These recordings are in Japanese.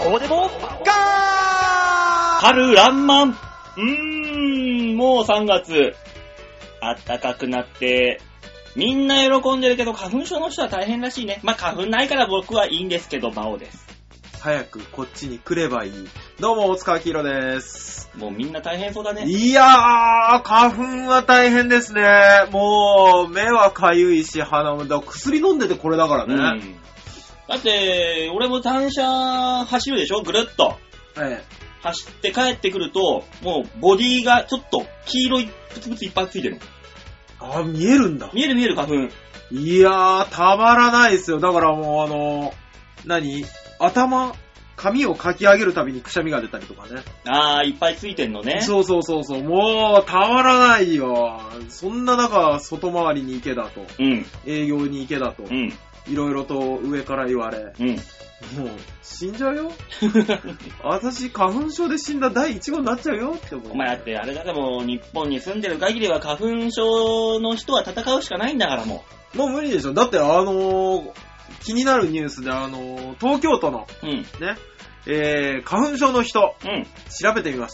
こうでもガー春爛漫。もう3月。暖かくなって、みんな喜んでるけど、花粉症の人は大変らしいね。まあ、花粉ないから僕はいいんですけど、魔王です。 早くこっちに来ればいい。どうも、大塚明宏です。 もうみんな大変そうだね。 いやー、花粉は大変ですね。もう、目はかゆいし、鼻も、だ薬飲んでてこれだからね。 だって、俺も単車走るでしょぐるっと。走って帰ってくると、もうボディがちょっと黄色いプツプツいっぱいついてる。 あ、見えるんだ。 見える花粉。 いやー、たまらないですよ。だからもう髪をかき上げるたびにくしゃみが出たりとかね。 あー、いっぱいついてんのね。 そう。もう、たまらないよ。そんな中、外回りに行けだと。営業に行けだと。いろいろと上から言われ。もう、死んじゃうよ。私、花粉症で死んだ第1号になっちゃうよって思う。 お前だって、あれだけも日本に住んでる限りは花粉症の人は戦うしかないんだからもう。もう無理でしょ。だって気になるニュースで東京都の、ね、花粉症の人、調べてみました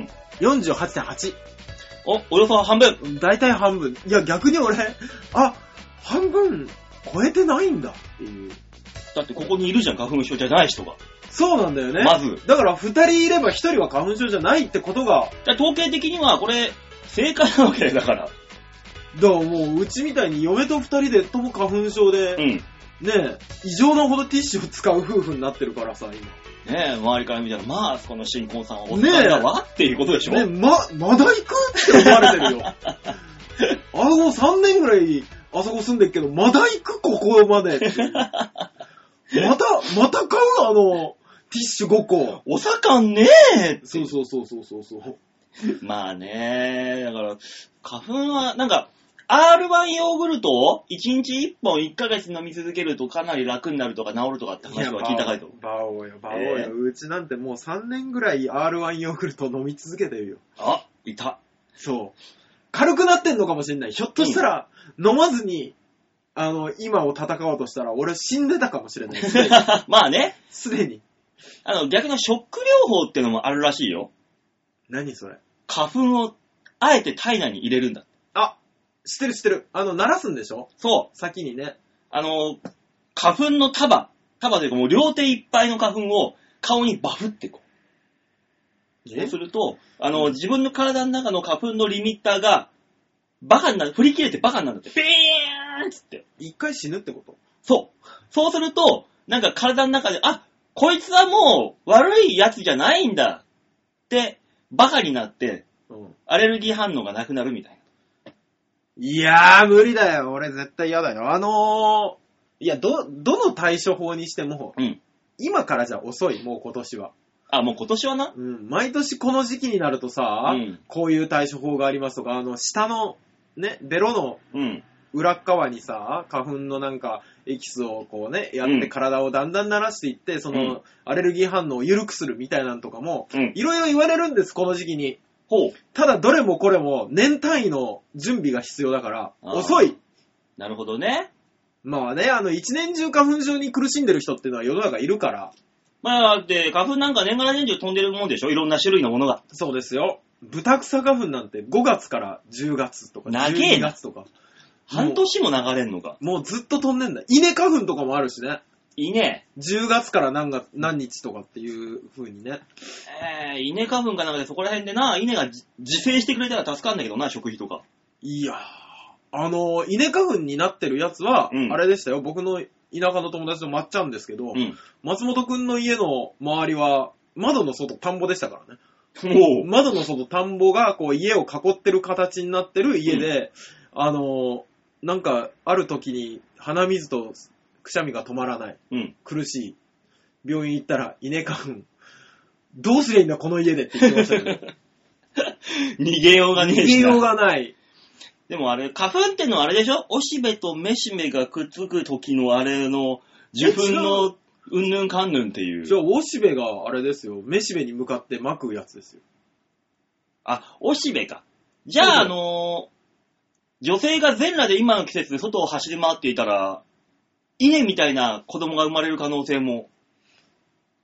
。48.8。 およそ半分。 大体半分。いや、逆に俺、半分超えてないんだっていう。 だってここにいるじゃん、花粉症じゃない人が。 そうなんだよね。 まず。 だから2人いれば1人は花粉症じゃないってことが。 統計的にはこれ、正解なわけだから。 だからもう、うちみたいに嫁と2人でとも花粉症で、ねえ、異常なほどティッシュを使う夫婦になってるからさ、今。 ねえ、周りから見たら、まあ、この新婚さんはお疲れだわっていうことでしょ。 ねえ、まだ行くって思われてるよ。もう3年ぐらい、あそこ住んでっけど、まだ行くここまでって。また買うティッシュ5個。 お盛んねえ。 そう。 まあね、だから、花粉は、なんか、R1 ヨーグルトを1日1本1ヶ月飲み続けるとかなり楽になるとか治るとかって話は聞いたかいと。 バオよ。うちなんてもう3年ぐらい R1 ヨーグルト飲み続けてるよ。 いた。 そう。軽くなってんのかもしれない。ひょっとしたら、飲まずに、今を戦おうとしたら、俺死んでたかもしれない。 まあね。 すでに。 逆のショック療法ってのもあるらしいよ。 何それ？ 花粉を、あえて体内に入れるんだ。 知ってる。鳴らすんでしょ？ そう。 先にね。 花粉の束というかもう両手いっぱいの花粉を顔にバフってこう。そうすると、自分の体の中の花粉のリミッターが、振り切れてバカになるんだって。ピーンつって。 一回死ぬってこと？ そう。そうすると、なんか体の中で、こいつはもう悪いやつじゃないんだって、バカになって、アレルギー反応がなくなるみたいな。 いやー、無理だよ。俺絶対嫌だよ。いや、どの対処法にしても、今からじゃ遅い、もう今年は。 もう今年はな。 毎年この時期になるとさ、こういう対処法がありますとか、下の、ね、ベロの裏っ側にさ、花粉のなんかエキスをこうね、やって体をだんだん慣らしていって、アレルギー反応を緩くするみたいなのとかも、いろいろ言われるんです、この時期に。ただどれもこれも年単位の準備が必要だから遅い。 なるほどね。 まあね、一年中花粉症に苦しんでる人っていうのは世の中いるから。 まあ、で、花粉なんか年がら年中飛んでるもんでしょ？いろんな種類のものが。 そうですよ。ブタクサ花粉なんて5月から10月とか12月とか。 半年も流れんのか。 もうずっと飛んでんだ。稲花粉とかもあるしね。 稲。 10月から何日とかっていう風にね。 稲花粉かなんかでそこら辺でな、稲が自生してくれたら助かんだけどな、食費とか。 いやー、稲花粉になってるやつは、あれでしたよ。僕の田舎の友達のまっちゃんですけど、松本くんの家の周りは、窓の外田んぼでしたからね。窓の外田んぼがこう家を囲ってる形になってる家で、なんかある時に鼻水とくしゃみが止まらない。苦しい。病院行ったら、稲花粉。どうすりゃいいんだ、この家でって言ってましたけど。 逃げようがねえしな。 逃げようがない。 でも花粉ってのはあれでしょ？おしべとめしべがくっつく時のあれの、受粉のうんぬんかんぬんっていう。 おしべがあれですよ。めしべに向かって巻くやつですよ。 おしべか。じゃあ、女性が全裸で今の季節で外を走り回っていたら、稲みたいな子供が生まれる可能性も。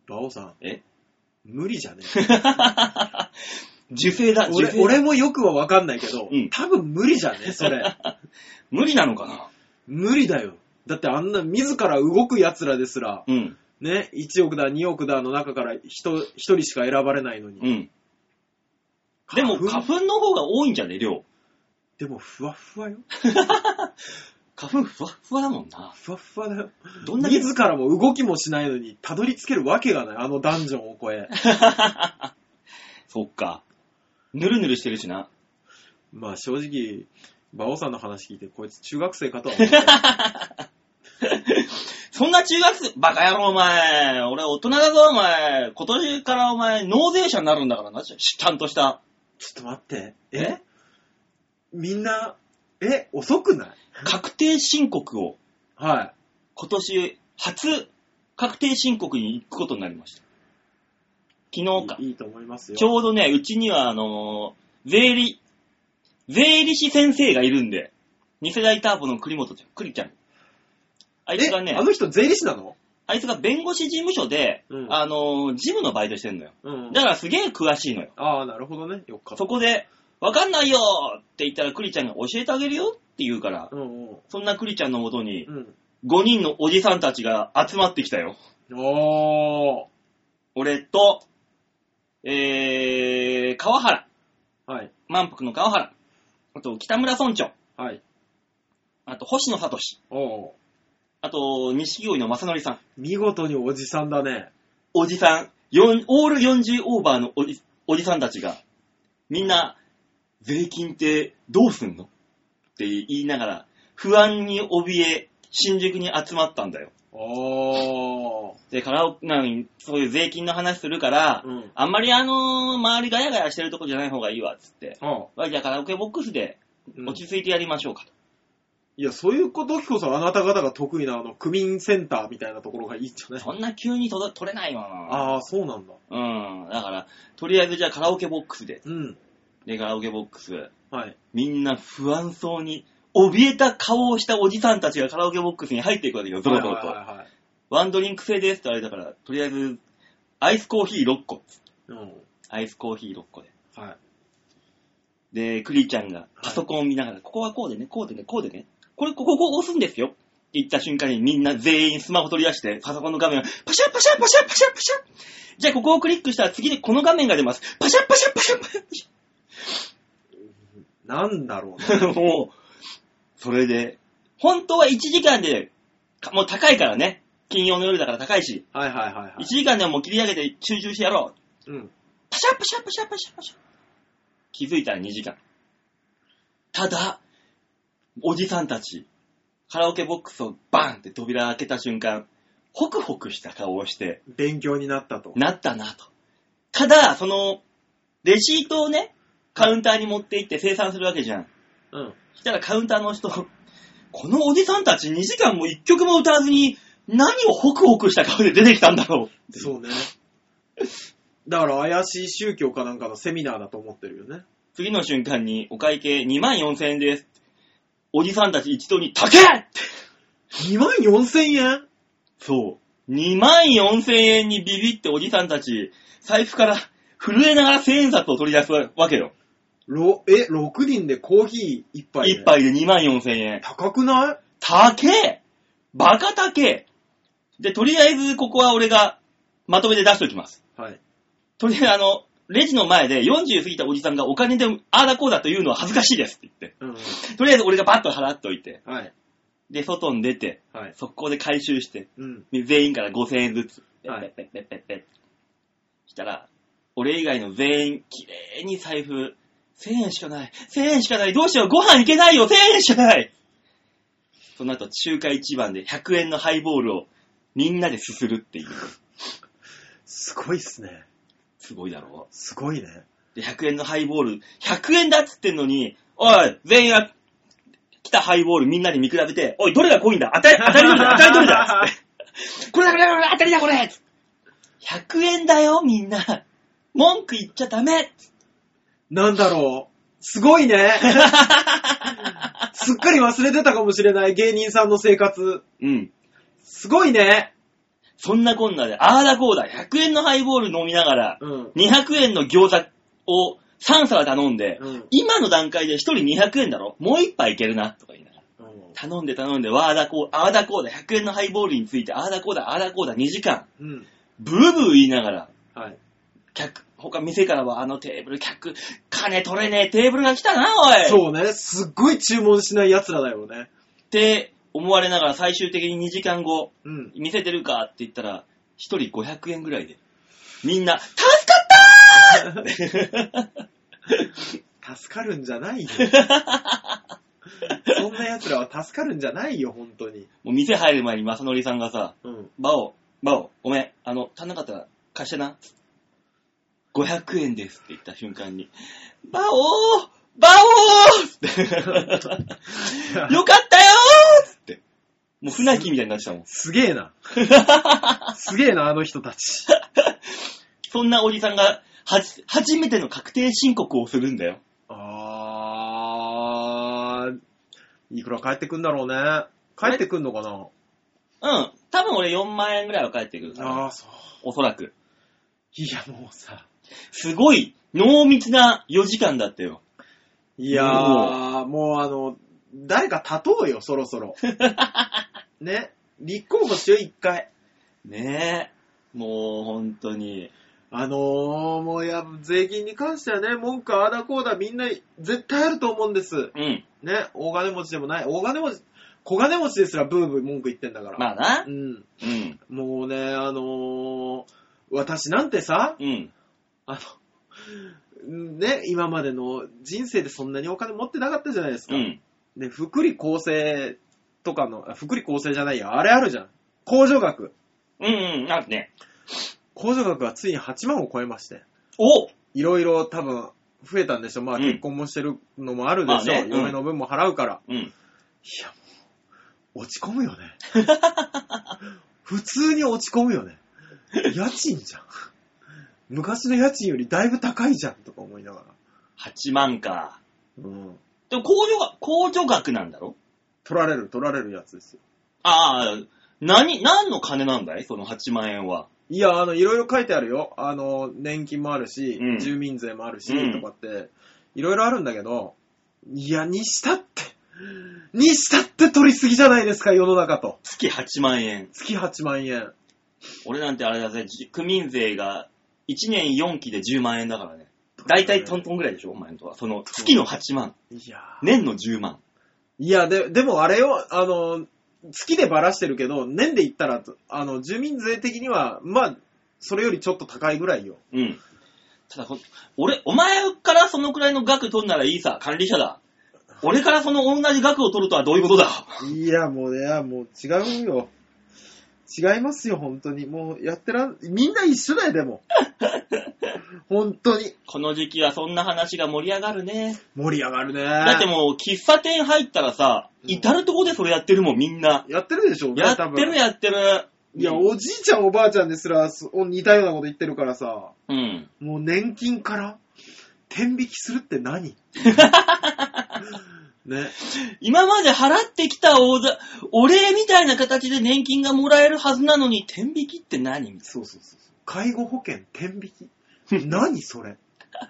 馬王さん。 え無理じゃね受精だ。 俺もよくはわかんないけど、 うん、 多分無理じゃねそれ。 無理なのかな。 無理だよ。だってあんな自ら動く奴らですら、 うん、 ね、1億だ2億だの中から一人しか選ばれないのに。 うん。でも花粉の方が多いんじゃね、量。 でもふわふわよ。 花粉ふわふわだもんな。 ふわふわだよ。 どんな自らも動きもしないのにたどり着けるわけがない。あのダンジョンを超え。 そっか。ぬるぬるしてるしな。 まあ正直、馬王さんの話聞いてこいつ中学生かとは思った。 そんな中学生、バカ野郎お前。俺大人だぞお前。今年からお前納税者になるんだからな。ちゃんとした。 ちょっと待って。みんな、遅くない？ 確定申告を。 はい。 今年初確定申告に行くことになりました。昨日か。 いいと思いますよ。 ちょうどね、うちには税理士先生がいるんで、二世代ターボの栗本ちゃん、栗ちゃん。あいつがね、 あの人税理士なの？ あいつが弁護士事務所で、 うん、 事務のバイトしてんのよ。 うん、 だからすげえ詳しいのよ。 ああ、なるほどね。よかった。 そこで、わかんないよって言ったら栗ちゃんが教えてあげるよって言うから、 うんうん、 そんな栗ちゃんのもとに、 うん、 5人のおじさんたちが集まってきたよ。俺と、川原。 はい。 満腹の川原。あと、北村村長。 はい。 あと、星野聡。あと、錦鯉の正則さん。 見事におじさんだね。 おじさん。オール40オーバーのおじさんたちが、みんな、税金ってどうすんのって言いながら、不安に怯え、新宿に集まったんだよ。で、カラオケなのに、そういう税金の話するから、あんまり周りガヤガヤしてるとこじゃない方がいいわ、つって。じゃあカラオケボックスで落ち着いてやりましょうかと。 いや、そういうことこそあなた方が得意な区民センターみたいなところがいいんじゃない？ そんな急に取れないわ。 ああ、そうなんだ。 だから、とりあえずじゃあカラオケボックスで。で、カラオケボックス。 はい。 みんな不安そうに、怯えた顔をしたおじさんたちがカラオケボックスに入っていくわけよ、ゾロゾロと。ワンドリンク制ですって言われたから、とりあえず、アイスコーヒー6個。アイスコーヒー6個で。 はい。 で、クリちゃんがパソコンを見ながら、ここはこうでね、こうでね、こうでね。ここ押すんですよ。って言った瞬間にみんな全員スマホ取り出して、パソコンの画面をパシャパシャパシャパシャパシャ。じゃあここをクリックしたら次にこの画面が出ます。パシャパシャパシャパシャ。 なんだろうね。もう、それで、本当は1時間で、もう高いからね。金曜の夜だから高いし。1時間でもう切り上げて集中してやろう。パシャパシャパシャパシャパシャ。気づいたら2時間。ただ、おじさんたち、カラオケボックスをバーンって扉開けた瞬間、ホクホクした顔をして、 勉強になったと。 なったなと。ただ、レシートをね、カウンターに持って行って生産するわけじゃん。そしたらカウンターの人、このおじさんたち2時間も1曲も歌わずに、何をホクホクした顔で出てきたんだろう。 そうね。だから怪しい宗教かなんかのセミナーだと思ってるよね。 次の瞬間にお会計24,000円です。おじさんたち一度に、高え !24,000 円? そう。24,000円にビビっておじさんたち、財布から震えながら1000円札を取り出すわけよ。 6人でコーヒー1杯で。 1杯で24,000円。 高くない？ 高えバカ高えで、とりあえずここは俺がまとめて出しておきます。 はい。 とりあえずレジの前で40過ぎたおじさんがお金であーだこうだというのは恥ずかしいですって言って。とりあえず俺がバッと払っておいて。 はい。 で、外に出て、 はい、 速攻で回収して、全員から5,000円ずつ。ペッペッペッペッペッ。したら、俺以外の全員、きれいに財布、1000円しかない。1000円しかない。どうしよう。ご飯いけないよ。1000円しかない。その後、中華一番で100円のハイボールをみんなですするっていう。 すごいっすね。 すごいだろう。 すごいね。 で、100円のハイボール、100円だっつってんのに、おい、全員が来たハイボールみんなに見比べて、おい、どれが濃いんだ当たりどれだ当たりどれだつって。これだ当たりだこれ100円だよみんな。文句言っちゃダメ。 なんだろう。すごいね。すっかり忘れてたかもしれない芸人さんの生活。 うん。 すごいね。 そんなこんなで、あーだこうだ、100円のハイボール飲みながら、200円の餃子を3皿頼んで、今の段階で1人200円だろ、もう1杯いけるな、とか言いながら。頼んで、あーだこうだ、100円のハイボールについて、あーだこうだ、2時間、ブーブー言いながら、他店からはテーブル、金取れねえテーブルが来たな、おい。 そうね、すっごい注文しない奴らだよね。 って思われながら最終的に2時間後、店出るかって言ったら、1人500円ぐらいで、みんな、助かったー助かるんじゃないよ。そんな奴らは助かるんじゃないよ、本当に。 もう店入る前に正則さんがさ、バオ、ごめん、足んなかったら貸してな。500円ですって言った瞬間に、バオーってよかったよーって。もう船木みたいになってたもん。 すげえな。すげえな、あの人たち。 そんなおじさんが初めての確定申告をするんだよ。 いくら返ってくんだろうね。返ってくんのかな？ 多分俺4万円ぐらいは返ってくるから。 そう。 おそらく。 いや、もうさ。 すごい濃密な4時間だったよ。 いやー、もう誰か立とうよ、そろそろ。ね。立候補しよう、一回。 ねえ。もう、本当に。 もう税金に関してはね、文句あーだこうだ、みんな絶対あると思うんです。ね。大金持ちでもない。小金持ちですらブーブー文句言ってんだから。 まあな。 もうね、私なんてさ、ね、今までの人生でそんなにお金持ってなかったじゃないですか。で、福利厚生とかの、福利厚生じゃないや、あれあるじゃん。控除額。 あるね。 控除額がついに8万を超えまして。いろいろ多分増えたんでしょ。まあ結婚もしてるのもあるでしょ。嫁の分も払うから。いや、もう、落ち込むよね。普通に落ち込むよね。家賃じゃん。昔の家賃よりだいぶ高いじゃんとか思いながら。 8万か。でも控除額なんだろ？ 取られるやつですよ。 何の金なんだいその8万円は。 いや、いろいろ書いてあるよ。年金もあるし、住民税もあるし、とかって、いろいろあるんだけど、いや、にしたって取りすぎじゃないですか、世の中と。 月8万円。 月8万円。 俺なんてあれだぜ、区民税が1年4期で10万円だからね。だいたいトントンぐらいでしょ、お前のとは。その月の8万。年の10万。 いや、でもあれよ、月でばらしてるけど、年で言ったら、住民税的には、まあ、それよりちょっと高いぐらいよ。 ただ、お前からそのくらいの額取んならいいさ、管理者だ。俺からその同じ額を取るとはどういうことだ。 いや、もうね、もう違うよ。違いますよ、本当に。もうみんな一緒だよ、でも。本当に。 この時期はそんな話が盛り上がるね。 盛り上がるね。 だってもう、喫茶店入ったらさ、至るとこでそれやってるもん、みんな。 やってるでしょ、 やってる。 いや、おじいちゃんおばあちゃんですら、似たようなこと言ってるからさ。もう年金から天引きするって何ね。 今まで払ってきたお礼みたいな形で年金がもらえるはずなのに、天引きって何？ そう。介護保険天引き何それ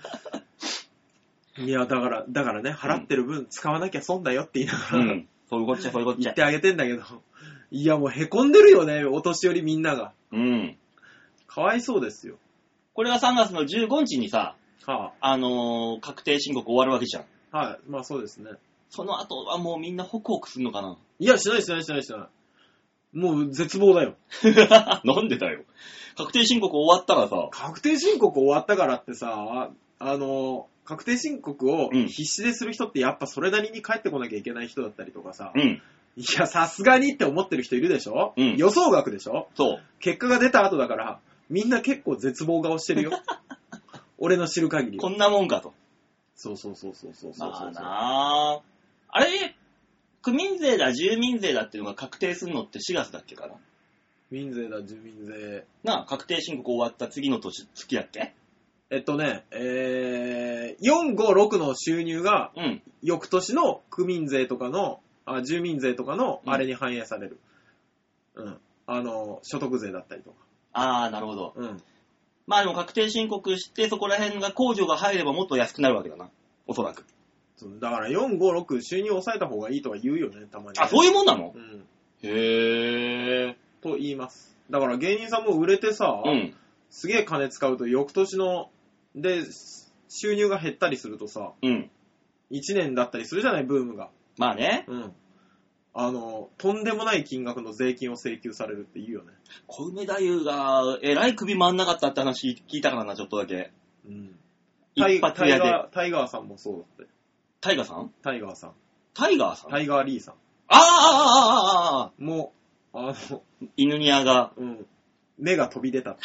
いや、だからね、払ってる分使わなきゃ損だよって言いながら、 そういうこっちゃ。 言ってあげてんだけど、いや、もう凹んでるよね、お年寄りみんなが。かわいそうですよ。 これが3月の15日にさ、確定申告終わるわけじゃん。 はい、まあそうですね。 その後はもうみんなホクホクするのかな？ いや、しない。もう絶望だよ。 なんでだよ。確定申告終わったらさ。 確定申告終わったからってさ、確定申告を必死でする人ってやっぱそれなりに帰ってこなきゃいけない人だったりとかさ。いや、さすがにって思ってる人いるでしょ？予想額でしょ？そう。結果が出た後だから、みんな結構絶望顔してるよ。俺の知る限り。 こんなもんかと。 そう。 まあなぁ。あれ、区民税だ、住民税だっていうのが確定するのって4月だっけかな？ 民税だ、住民税。 確定申告終わった次の月だっけ 4、5、6の収入が、翌年の区民税とかの、住民税とかの、あれに反映される。 所得税だったりとか。 あー、なるほど。 うん。 まあでも確定申告して、そこら辺が控除が入ればもっと安くなるわけだな。おそらく。 だから4、5、6収入を抑えた方がいいとは言うよね、たまに、ね。 あ、そういうもんなの？ うん。 へー。 と言います。だから芸人さんも売れてさ、 うん。 すげえ金使うと翌年の、で、収入が減ったりするとさ、 うん。 1年だったりするじゃない、ブームが。 まあね。 うん。とんでもない金額の税金を請求されるって言うよね。 小梅太夫が、えらい首回んなかったって話聞いたからな、ちょっとだけ。 うん。 一発屋で。 タイガーさんもそうだって。 タイガーさん？ タイガーさん。 タイガーさん？ タイガーリーさん。 あーもう、 犬ニアが。 うん。目が飛び出た。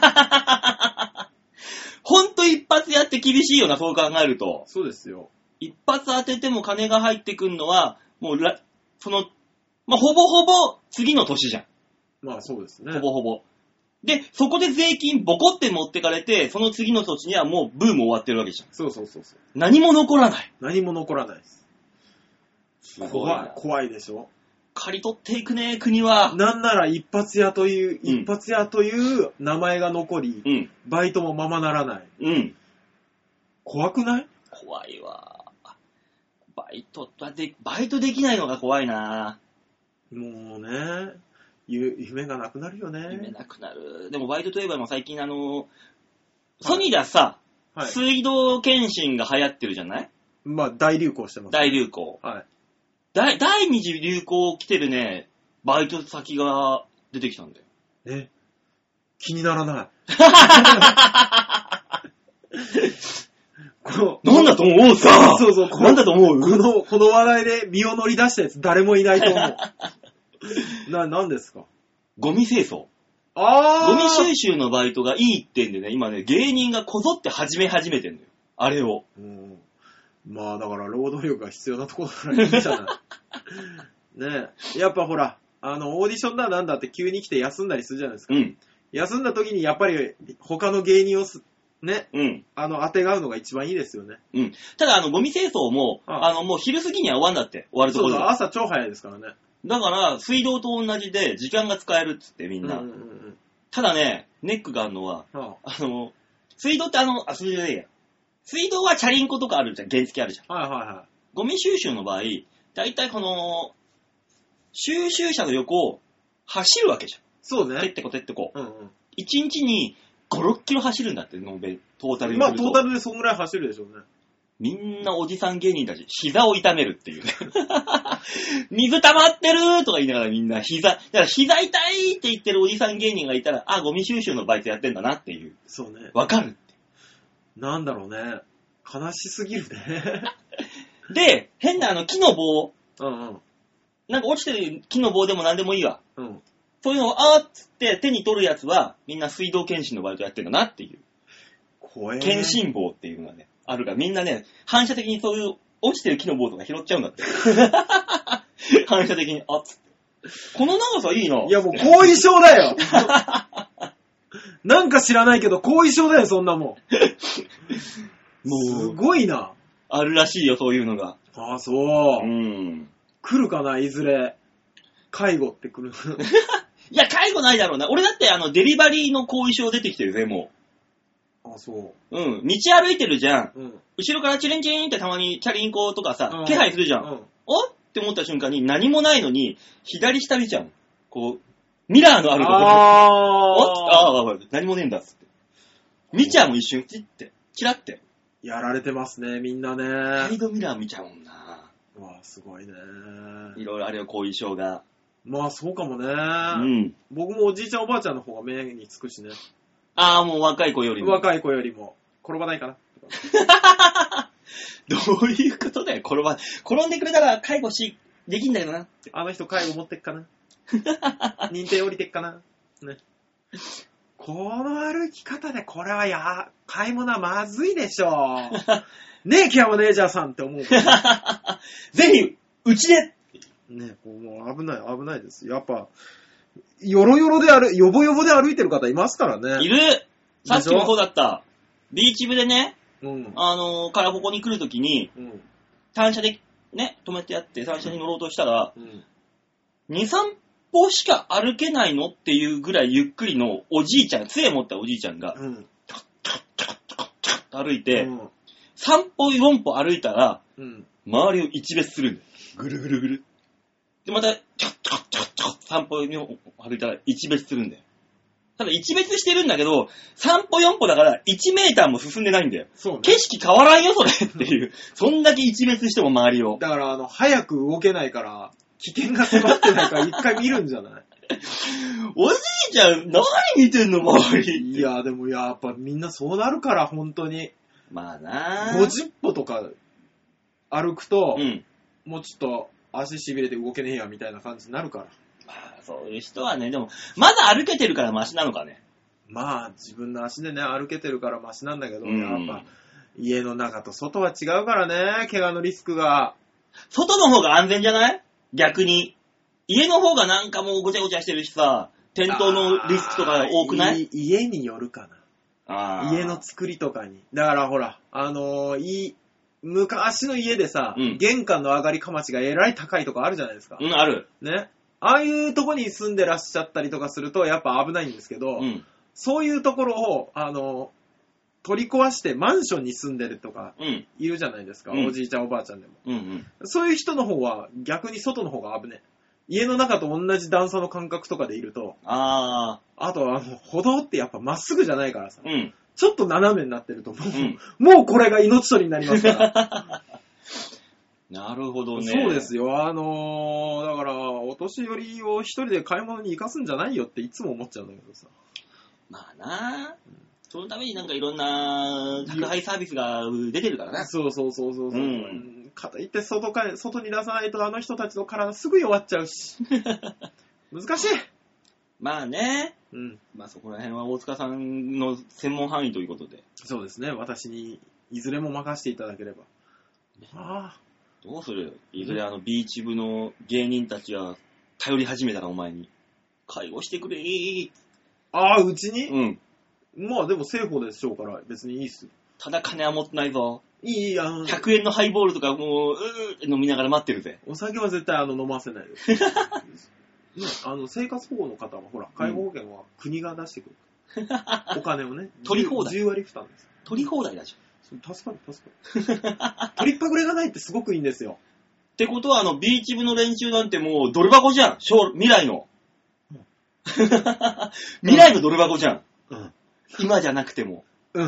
ほんと一発やって厳しいよな、そう考えると。 そうですよ。 一発当てても金が入ってくんのは、もうまあ、ほぼほぼ次の年じゃん。 まあそうですね。 ほぼほぼ。で、そこで税金ボコって持ってかれて、その次の年にはもうブーム終わってるわけじゃん。 そうそう。 何も残らない。 何も残らないです。 すごい。 怖いでしょ。 刈り取っていくね、国は。 なんなら一発屋という名前が残り、 うん、 バイトもままならない。 うん。 怖くない？ 怖いわ。バイトできないのが怖いな。 もうね、夢がなくなるよね。 夢なくなる。でもバイトといえば最近ソニーではさ、はい、水道検診が流行ってるじゃない？ まあ大流行してます、ね。 大流行。 はい。 第二次流行来てるね、バイト先が出てきたんだよ。 気にならない。 なんだと思うさ。 そう。 なんだと思う？ この話題で身を乗り出したやつ誰もいないと思う。何ですか？ ゴミ清掃。ゴミ収集のバイトがいいってんでね、今ね、芸人がこぞって始めてんだよ。あれを。 まあだから労働力が必要なところからいいじゃない。ねえ。やっぱほら、オーディションだなんだって急に来て休んだりするじゃないですか。うん。休んだ時にやっぱり他の芸人をね、うん。当てがうのが一番いいですよね。 うん。ただゴミ清掃も、もう昼過ぎには終わんだって、終わるところで。 そう、朝超早いですからね。 だから、水道と同じで時間が使えるっつってみんな。ただね、ネックがあるのは、水道って水道はチャリンコとかあるじゃん、原付あるじゃん。はい。ゴミ収集の場合、だいたい収集車の横を走るわけじゃん。そうね。てってこ。1日に5、6キロ走るんだって、トータルで。 まあ、トータルでそんぐらい走るでしょうね。 みんなおじさん芸人たち、膝を痛めるっていうね。水溜まってるとか言いながらみんなだから膝痛いって言ってるおじさん芸人がいたら、ゴミ収集のバイトやってんだなっていう。そうね。わかるって。 なんだろうね。悲しすぎるね。 で、変な木の棒。なんか落ちてる木の棒でも何でもいいわ。そういうのをっつって手に取るやつは、みんな水道検診のバイトやってんだなっていう。検診棒っていうのがね。あるから、みんなね、反射的にそういう落ちてる木の棒とか拾っちゃうんだって。反射的に、つって。この長さいいな。 いやもう後遺症だよ。なんか知らないけど後遺症だよ、そんなもん。もうすごいな。 あるらしいよ、そういうのが。 そう。来るかな、いずれ。介護って来る。 いや、介護ないだろうな。俺だってデリバリーの後遺症出てきてるぜ、もう。そう。道歩いてるじゃん。後ろからチリンチリンってたまにチャリンコとかさ、気配するじゃん。おって思った瞬間に何もないのに、左下見ちゃう。ミラーのあるところ。何もねえんだっつって。見ちゃうもん一瞬、チラって。 やられてますね、みんなね。 サイドミラー見ちゃうもんな。 すごいね。 いろいろあれよ、後遺症が。 まあそうかもね。僕もおじいちゃんおばあちゃんの方が目につくしね。 もう若い子よりも。 若い子よりも。転ばないかな。 どういうことだよ、転んでくれたら介護できんだよな。 あの人介護持ってっかな。認定降りてっかな。ね。この歩き方でこれは買い物はまずいでしょう。ねえ、キャマネージャーさんって思う。ぜひ、うちでね、もう危ないです。やっぱ、ヨボヨボで歩いてる方いますからね。 いる。さっきもそうだった。ビーチ部でね、からここに来るときに、単車でね、止めてやって、単車に乗ろうとしたら、2、3 歩しか歩けないのっていうぐらいゆっくりのおじいちゃん、杖持ったおじいちゃんが、歩いて、3歩4歩歩いたら、周りを一別するんだよ。ぐるぐるぐる。で、また、3歩4歩歩いたら一別するんだよ。ただ一別してるんだけど、3歩4歩だから1メーターも進んでないんだよ。そうね、景色変わらんよ、それっていう。そんだけ一別しても周りを。 だから早く動けないから、危険が迫ってないから一回見るんじゃないおじいちゃん、何見てんの、周り。 いや、でもやっぱみんなそうなるから、本当に。 まあなぁ。 50歩とか歩くと、もうちょっと足痺れて動けねえや、みたいな感じになるから。 まあ、そういう人はね、でも、まだ歩けてるからマシなのかね。 まあ、自分の足でね、歩けてるからマシなんだけど、やっぱ、家の中と外は違うからね、怪我のリスクが。 外の方が安全じゃない？逆に。家の方がなんかもうごちゃごちゃしてるしさ、転倒のリスクとか多くない？ 家によるかな。家の作りとかに。だからほら、昔の家でさ、玄関の上がりかまちがえらい高いとこあるじゃないですか。 ある。 ね。ああいうとこに住んでらっしゃったりとかすると、やっぱ危ないんですけど、そういうところを、取り壊してマンションに住んでるとか、いるじゃないですか。おじいちゃんおばあちゃんでも。そういう人の方は、逆に外の方が危ねえ。家の中と同じ段差の感覚とかでいると、あと歩道ってやっぱまっすぐじゃないからさ、ちょっと斜めになってるともうこれが命取りになりますから。 なるほどね。 そうですよ。だから、お年寄りを一人で買い物に行かすんじゃないよっていつも思っちゃうんだけどさ。 まあなぁ。そのためになんかいろんな宅配サービスが出てるからね。 そう。かといって外に出さないとあの人たちの体すぐ弱っちゃうし。難しい。 まあね。まあそこら辺は大塚さんの専門範囲ということで。 そうですね。私にいずれも任せていただければ。 どうする？いずれビーチ部の芸人たちが頼り始めたらお前に。介護してくれー。 うちに？まあでも政府でしょうから別にいいっすよ。ただ金は持ってないぞ。 100 円のハイボールとかもう飲みながら待ってるぜ。 お酒は絶対飲ませないです。生活保護の方はほら、介護保険は国が出してくる。お金をね。 取り放題。 10割負担です。 取り放題だじゃん。助かる。取りっぱぐれがないってすごくいいんですよ。 ってことはビーチ部の連中なんてもうドル箱じゃん。未来の。未来のドル箱じゃん。今じゃなくても。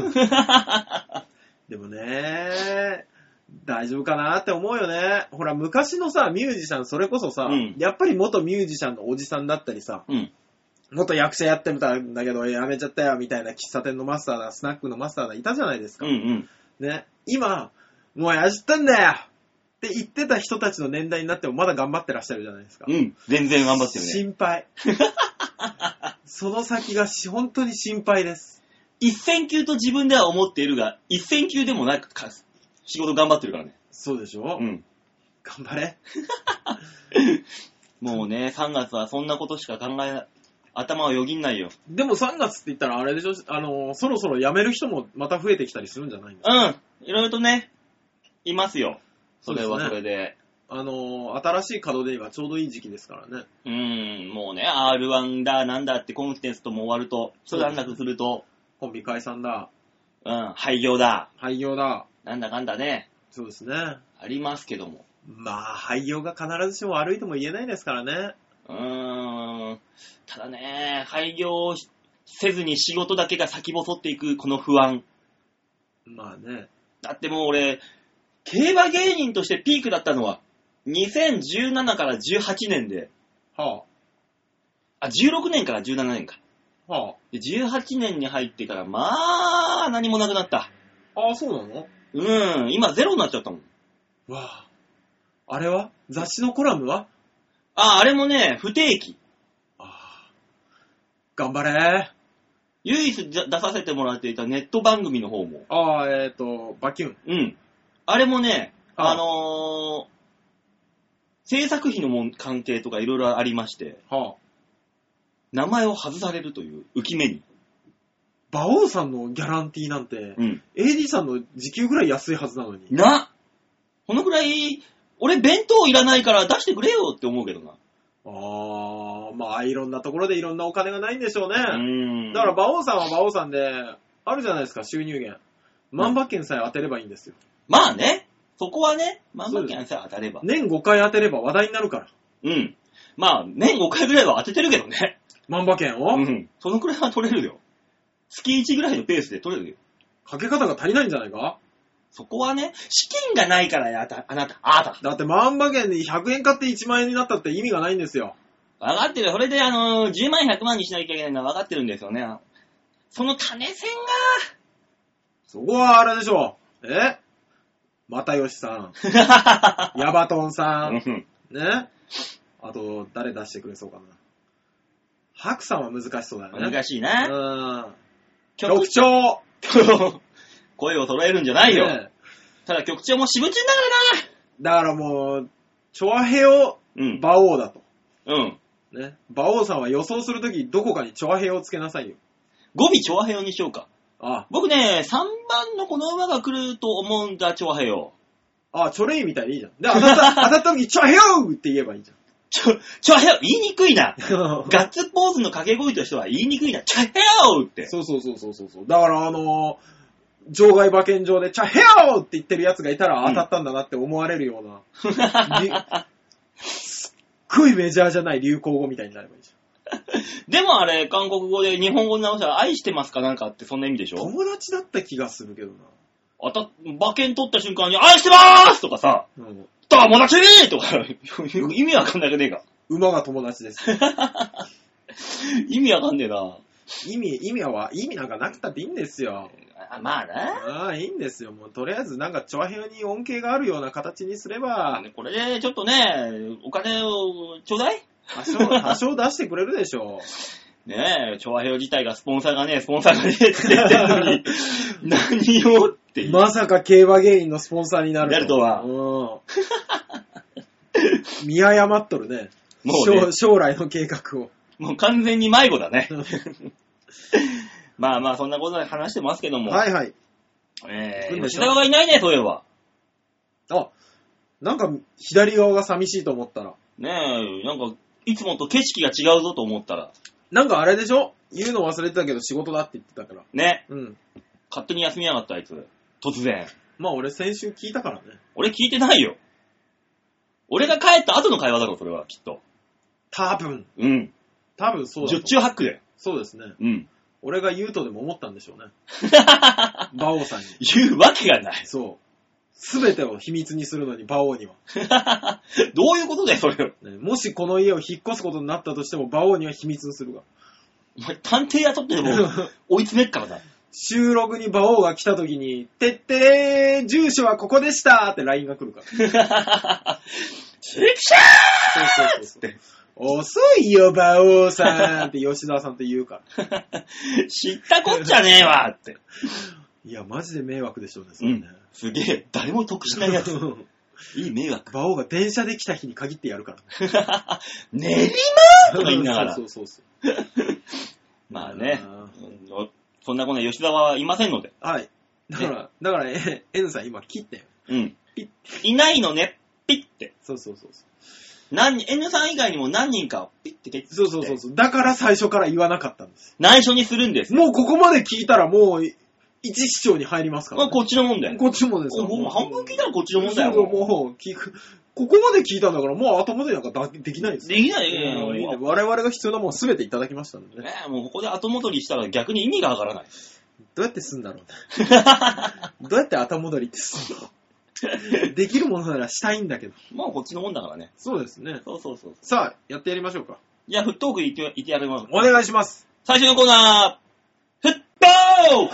でもね、大丈夫かなって思うよね。ほら、昔のさ、ミュージシャン、それこそさ、やっぱり元ミュージシャンのおじさんだったりさ、元役者やってたんだけど、やめちゃったよ、みたいな喫茶店のマスターだ、スナックのマスターだ、いたじゃないですか。ね、今、もうやっちゃったんだよって言ってた人たちの年代になってもまだ頑張ってらっしゃるじゃないですか。 全然頑張ってるね。 心配。その先が本当に心配です。 一線級と自分では思っているが、一線級でもなく仕事頑張ってるからね。 そうでしょ？頑張れ。 もうね、3月はそんなことしか頭をよぎんないよ。 でも3月って言ったらあれでしょ、そろそろ辞める人もまた増えてきたりするんじゃないんですか？ いろいろとね、いますよ。それはそれで。 新しい門出にはちょうどいい時期ですからね。 もうね、R1 だなんだってコンテンツとも終わると、一段落すると、 コンビ解散だ。 廃業だ。 なんだかんだね。 そうですね。 ありますけども。 まあ、廃業が必ずしも悪いとも言えないですからね。 ただね、廃業せずに仕事だけが先細っていくこの不安。 まあね。 だってもう俺、競馬芸人としてピークだったのは、2017から18年で。16年から17年か。で18年に入ってから、まあ、何もなくなった。 そうなの？ 今ゼロになっちゃったもん。 あれは？雑誌のコラムは？ あれもね、不定期。 頑張れ。 唯一出させてもらっていたネット番組の方も。 バキュン。あれもね、制作費の関係とかいろいろありまして、名前を外されるという浮き目に。 馬王さんのギャランティーなんて、AD さんの時給ぐらい安いはずなのに。 このくらい、俺弁当いらないから出してくれよって思うけどな。 まあいろんなところでいろんなお金がないんでしょうね。だから馬王さんは馬王さんで、あるじゃないですか、収入源。万馬券さえ当てればいいんですよ。 まあね。そこはね、万馬券さえ当たれば。 年5回当てれば話題になるから。 うん。まあ、年5回ぐらいは当ててるけどね。 万馬券を？ うん。そのくらいは取れるよ。月1ぐらいのペースで取れるよ。 かけ方が足りないんじゃないか？ そこはね、資金がないからあなた。 だって万馬券で100円買って1万円になったって意味がないんですよ。 分かってるよ。それで10万100万にしなきゃいけないのは分かってるんですよね。その種線が。 そこはあれでしょ。又吉さん。ヤバトンさん。ね。あと、誰出してくれそうかな。ハクさんは難しそうだよね。 難しいな。 局長声を揃えるんじゃないよ。ね、ただ局長もしぶちんだからな。だからもう、チョアヘヨ、馬王だと。 うん。 ね。馬王さんは予想するときどこかにチョアヘヨをつけなさいよ。 語尾チョアヘヨにしようか。僕ね、3番のこの馬が来ると思うんだ、チョアヘヨ。 チョレイみたいでいいじゃん。で、当たったとき、チョアヘヨって言えばいいじゃん。 チョアヘヨ言いにくいな。ガッツポーズの掛け声としては言いにくいな。チョアヘヨって。 そう。だから場外馬券場でチョアヘヨって言ってるやつがいたら当たったんだなって思われるような。すっごいメジャーじゃない流行語みたいになればいいじゃん。 でもあれ、韓国語で日本語に直したら愛してますかなんかってそんな意味でしょ？ 友達だった気がするけどな。 馬券取った瞬間に愛してまーすとかさ、友達とか、意味わかんなくねえか。 馬が友達です。 意味わかんねえな。 意味なんかなくたっていいんですよ。 まあね。 いいんですよ。もうとりあえずなんかチョアヘヨに恩恵があるような形にすれば。 これでちょっとね、お金をちょうだい？ 多少出してくれるでしょう。ねえ、チョアヘヨ自体がスポンサーがねえって言ってるのに、何をっていう。 まさか競馬芸人のスポンサーになるとは。 見誤っとるね。もうね将来の計画を。 もう完全に迷子だね。まあそんなことで話してますけども。 はいはい。 吉沢がいないね、そういえば。 なんか左側が寂しいと思ったら。 ねえ、なんかいつもと景色が違うぞと思ったら。 なんかあれでしょ？言うの忘れてたけど仕事だって言ってたから。 ね。勝手に休みやがったあいつ。突然。 まあ俺先週聞いたからね。 俺聞いてないよ。俺が帰った後の会話だろ、それはきっと。 多分そうだ。 十中八九で。 そうですね。俺が言うとでも思ったんでしょうね。馬王さんに。 言うわけがない。 そう。すべてを秘密にするのに、馬王には。 どういうことだよ、それを。 もしこの家を引っ越すことになったとしても、馬王には秘密にするが。 お前、探偵雇ってでも追い詰めっからな。 収録に馬王が来た時に、てってれー、住所はここでしたって LINE が来るから。 シリキシャーそうって。遅いよ、馬王さんって吉沢さんって言うから。 知ったこっちゃねえわって。 いや、マジで迷惑でしょうね、それね。 すげえ、誰も得しないやつ。いい迷惑。 馬王が電車で来た日に限ってやるからね。練馬とか言いながら。 そう。 まあね。そんなこと吉沢はいませんので。 はい。だから、N さん今切ったよ。 いないのね、ピッて。 そう。 N さん以外にも何人かピッて切って。 そう。だから最初から言わなかったんです。 内緒にするんです。 もうここまで聞いたらもう、一視聴に入りますから、ね。 こっちのもんだよ。 こっちのもんですよ。 もう半分聞いたらこっちのもんだよ。 もうここまで聞いたんだから、もう後戻りなんかできないです。 できない。 我々が必要なもん全ていただきましたのでね。 もうここで後戻りしたら逆に意味がわからない。 どうやってすんだろうね。どうやって後戻りってすんのできるものならしたいんだけど。 もうこっちのもんだからね。 そうですね。 そう。 さあ、やってやりましょうか。 じゃあ、フットーク言ってやります。 お願いします。 最初のコーナー、フットー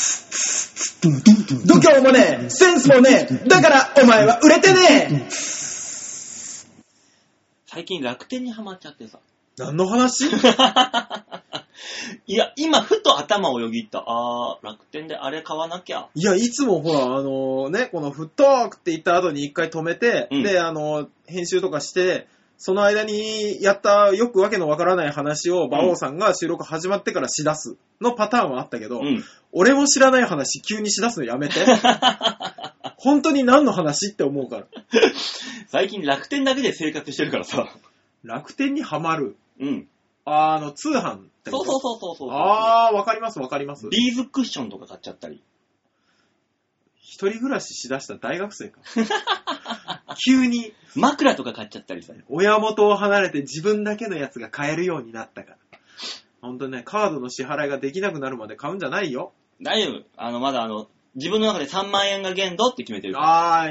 ク度胸もねえ、センスもねえ、だからお前は売れてねえ。 最近楽天にハマっちゃってさ。 何の話いや、今、ふと頭をよぎった。楽天であれ買わなきゃ。 いや、いつもほら、このフットークって言った後に一回止めて、で、編集とかして、その間にやったよくわけのわからない話を馬王さんが収録始まってからしだすのパターンはあったけど、俺も知らない話急にしだすのやめて。本当に何の話って思うから。 最近楽天だけで生活してるからさ。 楽天にはまる。 うん。 通販ってこと？ そう。 わかります。 ビーズクッションとか買っちゃったり。 一人暮らししだした大学生か。急に。 枕とか買っちゃったりさ。 親元を離れて自分だけのやつが買えるようになったから。ほんとね、カードの支払いができなくなるまで買うんじゃないよ。 大丈夫。まだ自分の中で3万円が限度って決めてるから。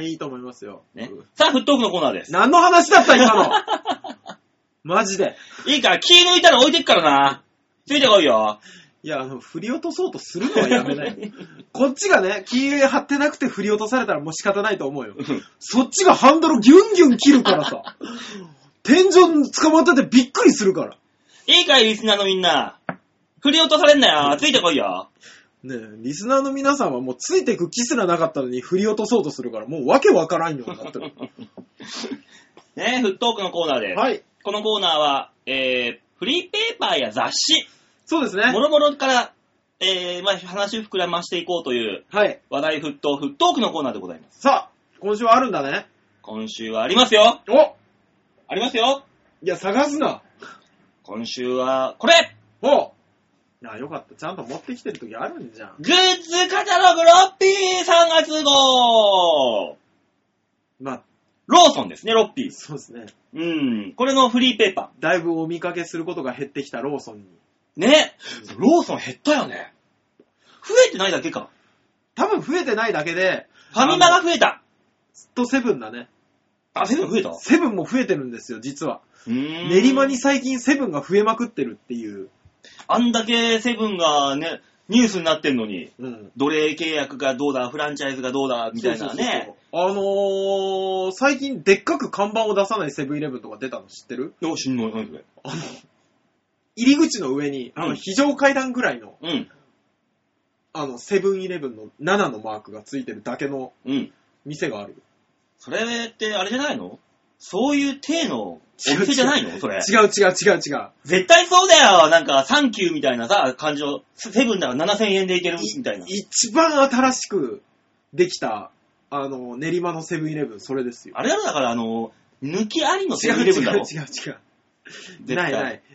いいと思いますよ。 ね。さあ、フットオフのコーナーです。 何の話だった今のマジで。 いいから、気抜いたら置いてっからな。ついてこいよ。 いや、振り落とそうとするのはやめない。こっちがね、気張ってなくて振り落とされたらもう仕方ないと思うよ。そっちがハンドルギュンギュン切るからさ。天井に捕まっててびっくりするから。 いいかい、リスナーのみんな。振り落とされんなよ。ついてこいよ。 ねえ、リスナーの皆さんはもうついてく気すらなかったのに振り落とそうとするから、もうわけわからんようになってる。 ねえ、フットオークのコーナーです。 はい。 このコーナーは、フリーペーパーや雑誌。 そうですね。 もろもろから、話を膨らましていこうという、 はい。 話題フットオークのコーナーでございます。 さあ、今週はあるんだね。 今週はありますよ。ありますよ。 いや、探すな。 今週は、これ。 よかった。ちゃんと持ってきてる時あるんじゃん。 グッズカタログロッピー3月号。ローソンですね、ロッピー。 そうですね。 これのフリーペーパー。だいぶお見かけすることが減ってきたローソンに。 ね。ローソン減ったよね。増えてないだけか。 多分増えてないだけで。 ファミマが増えた。 セブンだね。 セブン増えた？ セブンも増えてるんですよ、実は。練馬に最近セブンが増えまくってるっていう。 あんだけセブンがね、ニュースになってんのに、奴隷契約がどうだ、フランチャイズがどうだ、みたいなね。 最近でっかく看板を出さないセブンイレブンとか出たの知ってる？ 知んない。何それ？ 入り口の上に、非常階段ぐらいの、セブンイレブンの7のマークがついてるだけの店がある。 それってあれじゃないの？そういう体のお店じゃないの？それ。 違う。 絶対そうだよ。なんか、サンキューみたいなさ、感じの、セブンなら7000円でいけるみたいな。 一番新しくできた、練馬のセブンイレブン、それですよ。 あれだろ、だから抜きありのセブンイレブンだろ。 違う。ない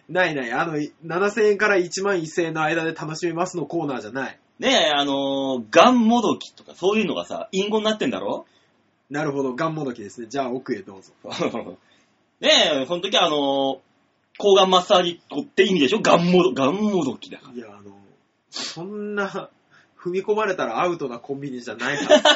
。7000円から1万1000円の間で楽しめますのコーナーじゃない。 ねえ、ガンモドキとかそういうのがさ、隠語になってんだろ？ なるほど、ガンモドキですね。じゃあ奥へどうぞ。 ねえ、その時は抗がんマッサージって意味でしょ？ガンモドキだから。 いや、そんな、踏み込まれたらアウトなコンビニじゃないから。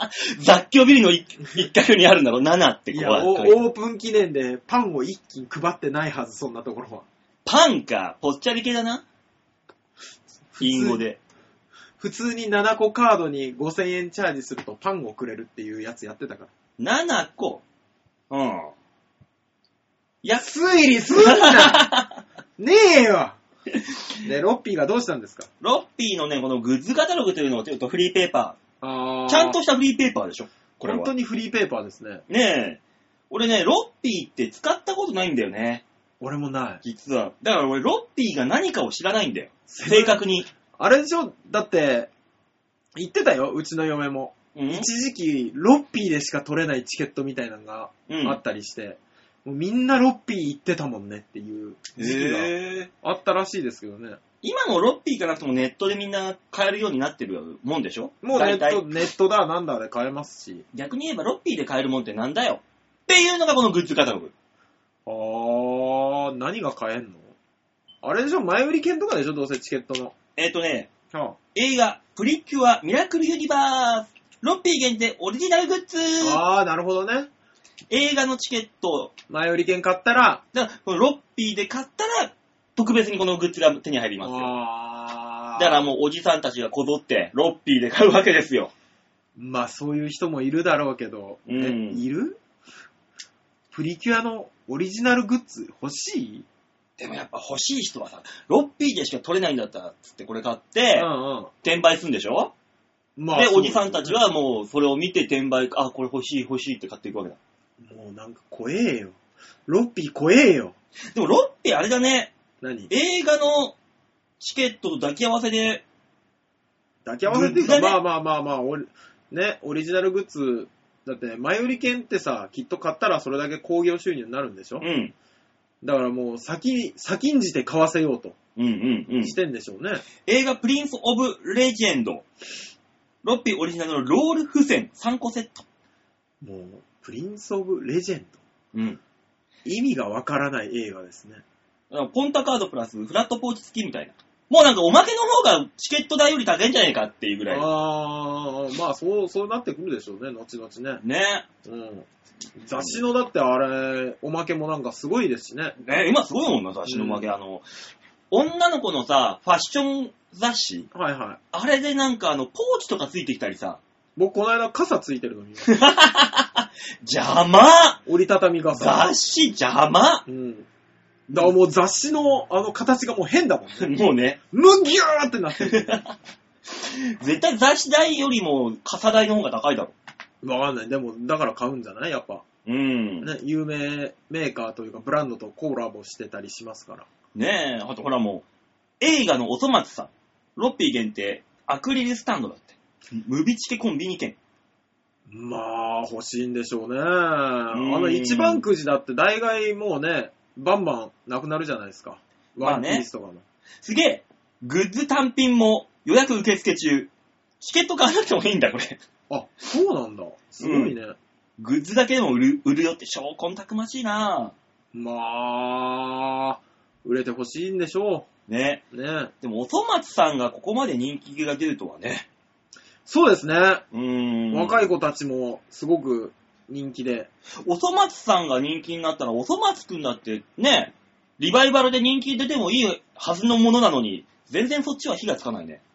雑居ビルの一角にあるんだろ？ 7 ってこう。 いや、オープン記念でパンを一気に配ってないはず、そんなところは。 パンか、ぽっちゃり系だな。隠語で。 普通に7個カードに5000円チャージするとパンをくれるっていうやつやってたから。 7個？ 推理すんなねえよで、ロッピーがどうしたんですか？ ロッピーのね、このグッズカタログというのをちょっとフリーペーパー。ちゃんとしたフリーペーパーでしょ？これは。 本当にフリーペーパーですね。 ねえ。俺ね、ロッピーって使ったことないんだよね。 俺もない。 実は。だから俺、ロッピーが何かを知らないんだよ。正確に。 あれでしょ？だって、言ってたよ、うちの嫁も。一時期、ロッピーでしか取れないチケットみたいなのがあったりして、もうみんなロッピー行ってたもんねっていう時期があったらしいですけどね。 今もロッピーがなくてもネットでみんな買えるようになってるもんでしょ？ もうネットだ、なんだで買えますし。 逆に言えばロッピーで買えるもんってなんだよっていうのがこのグッズカタログ。 何が買えんの？あれでしょ？前売り券とかでしょ？どうせチケットの。 映画、プリキュアミラクルユニバース、ロッピー限定オリジナルグッズ。 なるほどね。 映画のチケット。 前売り券買ったら、 このロッピーで買ったら、特別にこのグッズが手に入りますよ。だからもうおじさんたちがこぞって、ロッピーで買うわけですよ。 まあそういう人もいるだろうけど、いる？プリキュアのオリジナルグッズ欲しい？ でもやっぱ欲しい人はさ、ロッピーでしか取れないんだったら、つってこれ買って、転売するんでしょ？で、おじさんたちはもうそれを見て転売、これ欲しいって買っていくわけだ。 もうなんか怖えよ。ロッピー怖えよ。 でもロッピーあれだね。 何？ 映画のチケットと抱き合わせで。 抱き合わせっていうか、まあ、オリジナルグッズ、だって前売り券ってさ、きっと買ったらそれだけ興行収入になるんでしょ？ だからもう先んじて買わせようとしてんでしょうね。 映画プリンス・オブ・レジェンド。ロッピーオリジナルのロール付箋3個セット。 もう、プリンス・オブ・レジェンド。意味がわからない映画ですね。 ポンタカードプラスフラットポーチ付きみたいな。もうなんかおまけの方がチケット代より高いんじゃないかっていうぐらい。 まあそうなってくるでしょうね、後々ね。 ね。 雑誌のだってあれ、おまけもなんかすごいですしね。 今すごいもんな、雑誌のおまけ。女の子のさ、ファッション雑誌。 はいはい。 あれでなんかポーチとかついてきたりさ。 僕この間傘ついてるのに。 邪魔！ 折りたたみ傘。 雑誌邪魔！ だからもう雑誌の形がもう変だもんね。 もうね。 むぎゅーってなってる。 絶対雑誌代よりも傘代の方が高いだろ。 わかんない。でも、だから買うんじゃないやっぱ。ね、有名メーカーというかブランドとコラボしてたりしますから。 ねえ、あとほらもう、映画のおそ松さん。ロッピー限定、アクリルスタンドだって。ムビチケコンビニ券。 まあ、欲しいんでしょうね。一番くじだって大概もうね、バンバンなくなるじゃないですか。ワンピースとかの。 すげえ、グッズ単品も予約受付中。チケット買わなくてもいいんだ、これ。 あ、そうなんだ。すごいね。 グッズだけでも売るよって証拠たくましいな。 まあ、売れてほしいんでしょう。ね。でも、おそ松さんがここまで人気が出るとはね。 そうですね。若い子たちもすごく人気で。 おそ松さんが人気になったら、おそ松くんだってね、リバイバルで人気出てもいいはずのものなのに、全然そっちは火がつかないね。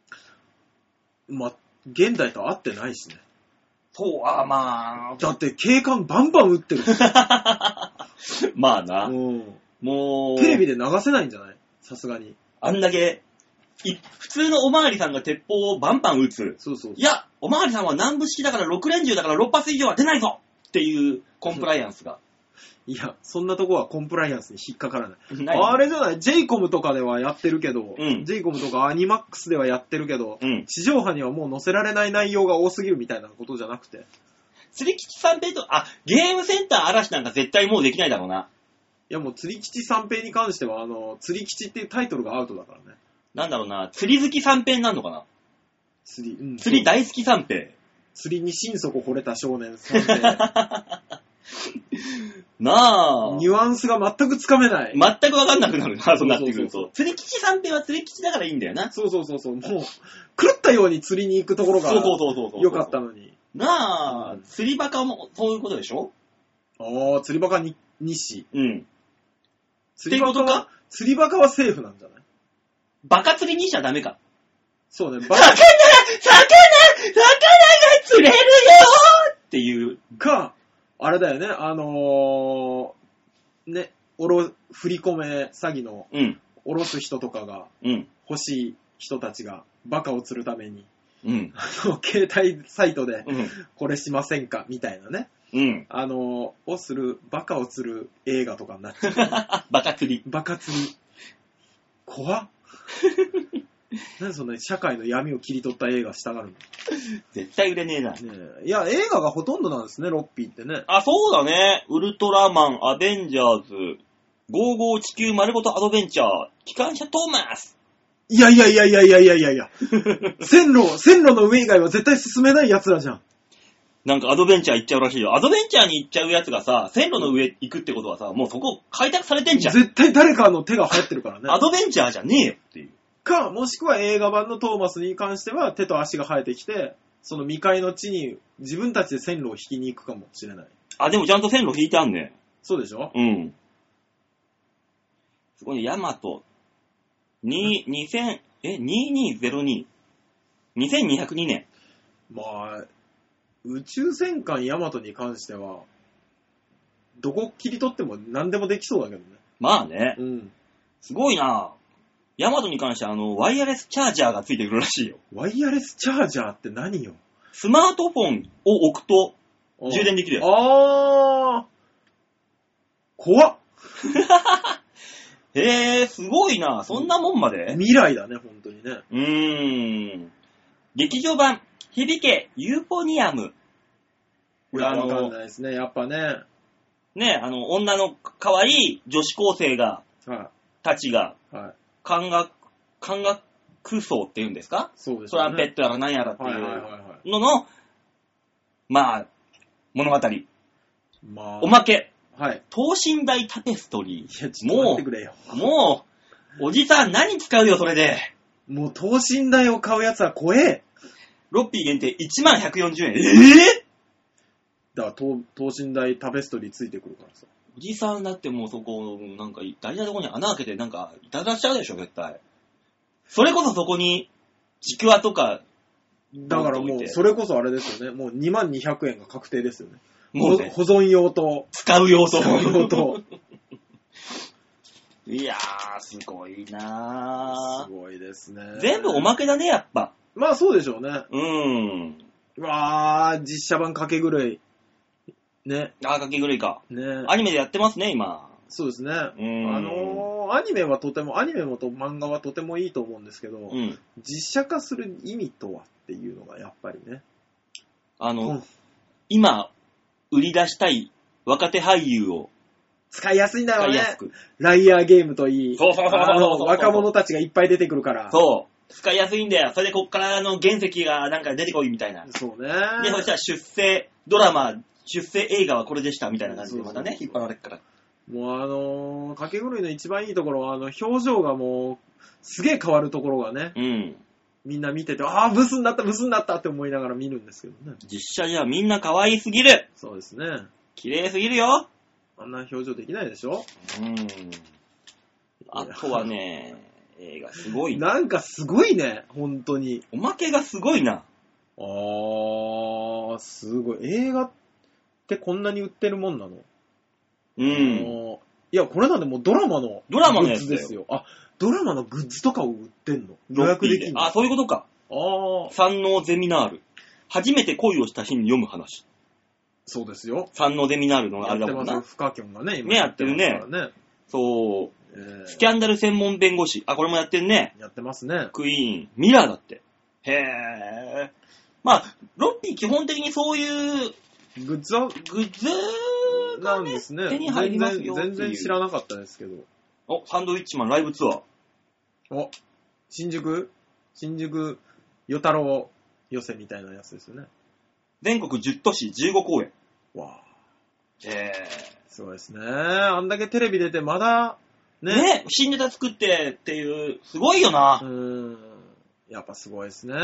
現代と合ってないしね。 そう、まあ。 だって警官バンバン撃ってる。 まあな。もう。 テレビで流せないんじゃない？さすがに。 あんだけ、普通のおまわりさんが鉄砲をバンバン撃つ。 そう。 いや、おまわりさんは南部式だから6連銃だから6発以上は出ないぞっていうコンプライアンスが。 いや、そんなとこはコンプライアンスに引っかからない。あれじゃない？ J コムとかではやってるけど、J コムとかアニマックスではやってるけど、地上波にはもう載せられない内容が多すぎるみたいなことじゃなくて。 釣り吉三平と、ゲームセンター嵐なんか絶対もうできないだろうな。 いやもう釣り吉三平に関しては、釣り吉っていうタイトルがアウトだからね。 なんだろうな、釣り好き三平になるのかな？ 釣り大好き三平。 釣りに心底惚れた少年三平。 なあ。 ニュアンスが全くつかめない。 全くわかんなくなるな、そうなってくると。釣り吉三平は釣り吉だからいいんだよな。 そう。もう、狂ったように釣りに行くところが良かったのに。 なあ、釣りバカもそういうことでしょ？ 釣りバカに西。 釣りバカか？ 釣りバカはセーフなんじゃない？ バカ釣りにしちゃダメか。 そうね。 魚が釣れるよっていう。 か、あれだよね、振り込め詐欺の、下ろす人とかが、欲しい人たちが、バカを釣るために、携帯サイトで、これしませんかみたいなね。バカを釣る映画とかになっちゃう、ね。 バカ釣り。 怖っ。なんでそんなに社会の闇を切り取った映画したがるの？ 絶対売れねえな。 いや、映画がほとんどなんですね、ロッピーってね。 そうだね。ウルトラマン、アベンジャーズ、55地球丸ごとアドベンチャー、機関車トーマス。 いや。線路の上以外は絶対進めない奴らじゃん。 なんかアドベンチャー行っちゃうらしいよ。アドベンチャーに行っちゃうやつがさ、線路の上行くってことはさ、もうそこ開拓されてんじゃん。 絶対誰かの手が入ってるからね。 アドベンチャーじゃねえよっていう。 もしくは映画版のトーマスに関しては手と足が生えてきて、その未開の地に自分たちで線路を引きに行くかもしれない。 でもちゃんと線路引いてあんね。 そうでしょ？ すごいね、ヤマト。2202。2202年。 宇宙戦艦ヤマトに関しては、どこ切り取っても何でもできそうだけどね。 まあね。すごいな。ヤマトに関してはワイヤレスチャージャーがついてくるらしいよ。 ワイヤレスチャージャーって何よ？ スマートフォンを置くと充電できるやつ。 怖っ。 すごいな。そんなもんまで？ 未来だね、本当にね。 劇場版、響けユーフォニアム。 わかんないですね、やっぱね。 ね、女の可愛い女子高生が、 はい。 たちが、 はい。 感覚層っていうんですか？ そうですね。 トランペットやら何やらっていはいはいはいうはい。 のの、まあ、物語。 まあ。 おまけ。 はい。 等身大タペストリー。 いや、ちょっと待ってくれよ。 もう、おじさん何使うよ、それで。 もう等身大を買うやつは怖え。 ロッピー限定11,140円。 だから等身大タペストリーついてくるからさ。 おじさんだってもうそこ、なんか大事なところに穴開けてなんかいただっちゃうでしょ、絶対。それこそそこに、ちくわとか。 だからもう、それこそあれですよね。もう22,200円が確定ですよね。 もうね、 保存用と。 使う用と。いやー、すごいなー。 すごいですね。 全部おまけだね、やっぱ。 まあそうでしょうね。 うわー、実写版かけ狂い。ね。 あー、かけ狂いか。 ね。 アニメでやってますね、今。 そうですね。アニメもと漫画はとてもいいと思うんですけど、実写化する意味とはっていうのがやっぱりね。 今、売り出したい若手俳優を使いやすいんだよね。 使いやすく。 ライアーゲームといい。 そう。 若者たちがいっぱい出てくるから。 そう。使いやすいんだよ。それでこっから原石がなんか出てこいみたいな。 そうね。 で、そしたら出世ドラマ、出世映画はこれでしたみたいな感じでまたね、引っ張られっから。 もうかけ狂いの一番いいところは、表情がもう、すげえ変わるところがね。みんな見てて、ああ、ブスになったって思いながら見るんですけどね。 実写じゃみんな可愛すぎる。 そうですね。 綺麗すぎるよ。 あんな表情できないでしょ？ あとはね、映画すごい。 なんかすごいね、本当に。 おまけがすごいな。 すごい。映画ってこんなに売ってるもんなの？いや、これなんでもうドラマのグッズですよ。あ、ドラマのグッズとかを売ってんの？予約できるの？ あ、そういうことか。三能ゼミナール。初めて恋をした日に読む話。 そうですよ。 三能ゼミナールのあれだもんな。 フカキョンがね、今ね、やってるね。そう。スキャンダル専門弁護士。あ、これもやってるね。 やってますね。 クイーン。ミラーだって。へー。まあ、ロッピー基本的にそういうグッズなんですね。 手に入りますよ。 全然知らなかったですけど。 お、サンドウィッチマンライブツアー。 お、新宿与太郎寄せみたいなやつですよね。 全国10都市15公演。 わぁ。すごいですね。あんだけテレビ出てまだ、 ね。新ネタ作ってっていう、すごいよな。 やっぱすごいですね。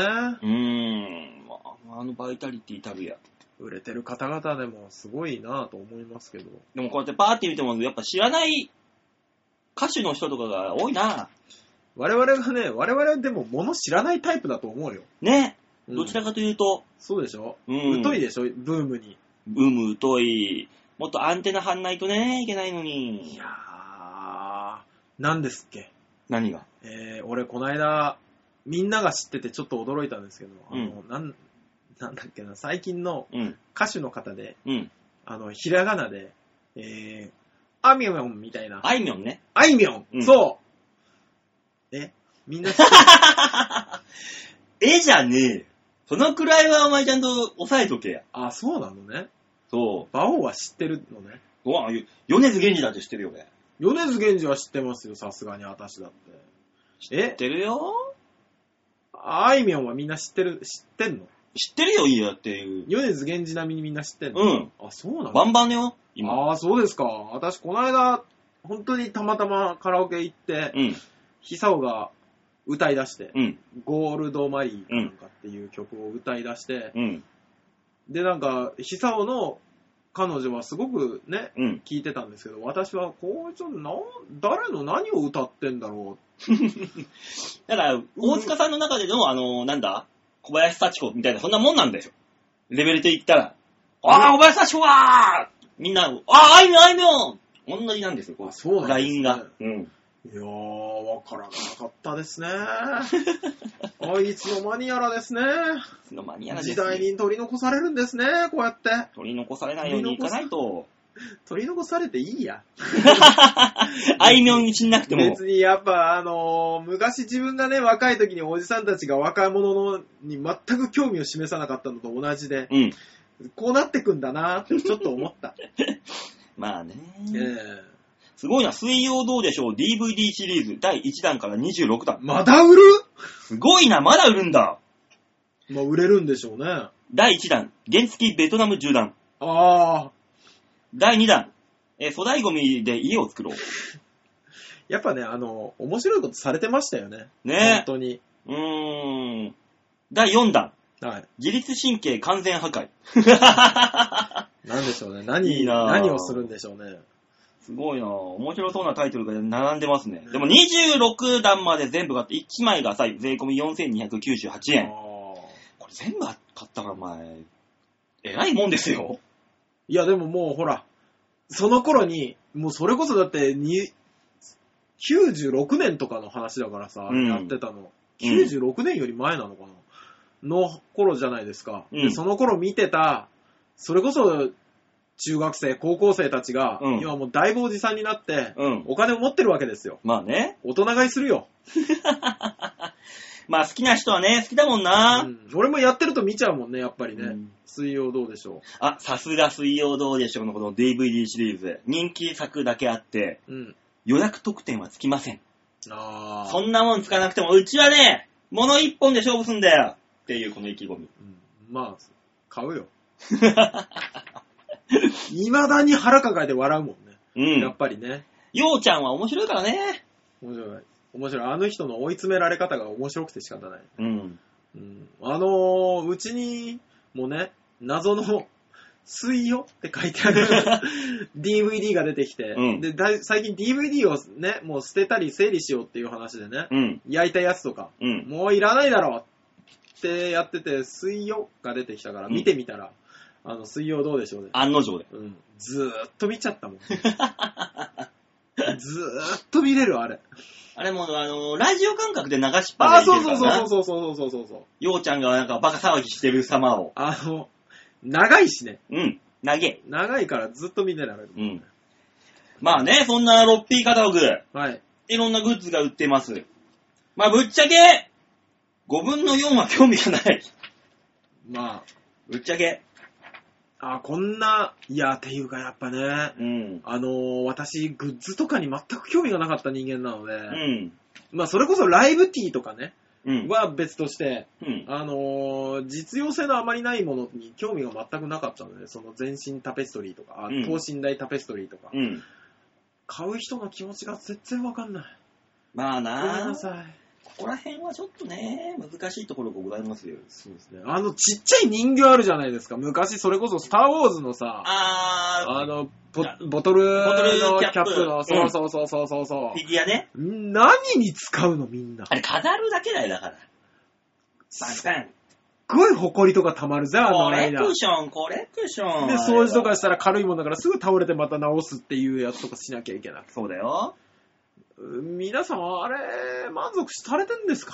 バイタリティたるや。 売れてる方々でもすごいなぁと思いますけど。 でもこうやってパーって見ても、やっぱ知らない歌手の人とかが多いな。 我々でも物知らないタイプだと思うよ。 ね。どちらかというと。 そうでしょ？疎いでしょ？ブームに。 疎い。もっとアンテナ張んないとね、いけないのに。 いやー、何ですっけ？ 何が？ 俺この間、みんなが知っててちょっと驚いたんですけど、なんだっけな、最近の歌手の方で、ひらがなで、あみょんみたいな。 あいみょんね。 あいみょん、そうみんな知ってるじゃねえ。そのくらいはお前ちゃんと押さえとけや。 あ、そうなのね。 そう。 馬王は知ってるのね。 米津玄師だって知ってるよね。 米津玄師は知ってますよ、さすがに私だって。 知ってるよ。 あいみょんはみんな知ってんの？ 知ってるよ、いいやっていう。 米津玄師並みにみんな知ってんの？あ、そうなの？ バンバンよ、今。 あ、そうですか。私、この間、本当にたまたまカラオケ行って、久男が歌い出して、ゴールドマリーかなんかっていう曲を歌い出して、で、なんか、久男の彼女はすごくね、聞いてたんですけど、私は、誰の何を歌ってんだろう。 だから、大塚さんの中での、小林幸子みたいな、そんなもんなんだよ。レベルで言ったら。小林幸子はみんな、あいみょん同じなんですよ、 そうなんですね。 ラインが。 いやー、わからなかったですね。あいつの間にやらですね。時代に取り残されるんですね、こうやって。 取り残されないようにいかないと。 取り残されていいや。 あいみょんにしなくても。 別にやっぱ昔自分がね、若い時におじさんたちが若者に全く興味を示さなかったのと同じで、こうなってくんだなってちょっと思った。 まあね。 すごいな、水曜どうでしょう DVD シリーズ第1弾から26弾。 まだ売る？ すごいな、まだ売るんだ。 まあ売れるんでしょうね。 第1弾、原付ベトナム縦断。第2弾、粗大ゴミで家を作ろう。 やっぱね、面白いことされてましたよね。 ね。 本当に。 第4弾、 はい、 自律神経完全破壊。 なんでしょうね。何をするんでしょうね。 すごいなぁ。面白そうなタイトルが並んでますね。でも26弾まで全部買って1枚が税込み4298円。これ全部買ったらお前、えらいもんですよ。 いやでももうほら、その頃に、もうそれこそだって96年とかの話だからさ、やってたの。96年より前なのかな、の頃じゃないですか。でその頃見てた、それこそ、中学生、高校生たちが、今もうだいぶおじさんになって、お金を持ってるわけですよ。 まあね。 大人買いするよ。 まあ好きな人はね、好きだもんな。 俺もやってると見ちゃうもんね、やっぱりね。水曜どうでしょう。 さすが水曜どうでしょうのこの DVD シリーズ。人気作だけあって、予約特典はつきません。そんなもんつかなくても、うちはね、物一本で勝負すんだよ。っていうこの意気込み。 まあ、買うよ。未だに腹抱えて笑うもんね。やっぱりね。 ようちゃんは面白いからね。 面白い。あの人の追い詰められ方が面白くて仕方ない。うちにもね、謎の水曜って書いてあるDVD が出てきて、で最近 DVD をね、もう捨てたり整理しようっていう話でね、焼いたやつとか、もういらないだろうってやってて、水曜が出てきたから見てみたら、水曜どうでしょうね。 案の定で。 ずーっと見ちゃったもん。ずーっと見れる、あれ。 あれもラジオ感覚で流しっぱでいけるからな。 そう。 ようちゃんがなんかバカ騒ぎしてる様を。 長いしね。 長いからずっと見てられる。 まあね、そんなロッピーカタログ。 はい。 いろんなグッズが売ってます。まあぶっちゃけ、5分の4は興味がない。 まあ。 ぶっちゃけ。 こんな、いや、っていうかやっぱね、私、グッズとかに全く興味がなかった人間なので、まあ、それこそライブティーとかね、は別として、実用性のあまりないものに興味が全くなかったので、その全身タペストリーとか、等身大タペストリーとか、買う人の気持ちが全然わかんない。 まあなごめんなさい。 ここら辺はちょっとね、難しいところがございますよ。 そうですね。ちっちゃい人形あるじゃないですか。昔、それこそスターウォーズのさ、ボトルのキャップの、そう。フィギュアね。 何に使うのみんな。 あれ飾るだけだよ、だから。 すっごい埃とか溜まるぜ、 コレクション。 で、掃除とかしたら軽いもんだからすぐ倒れてまた直すっていうやつとかしなきゃいけない。 そうだよ。 皆さん、あれ、満足されてんですか？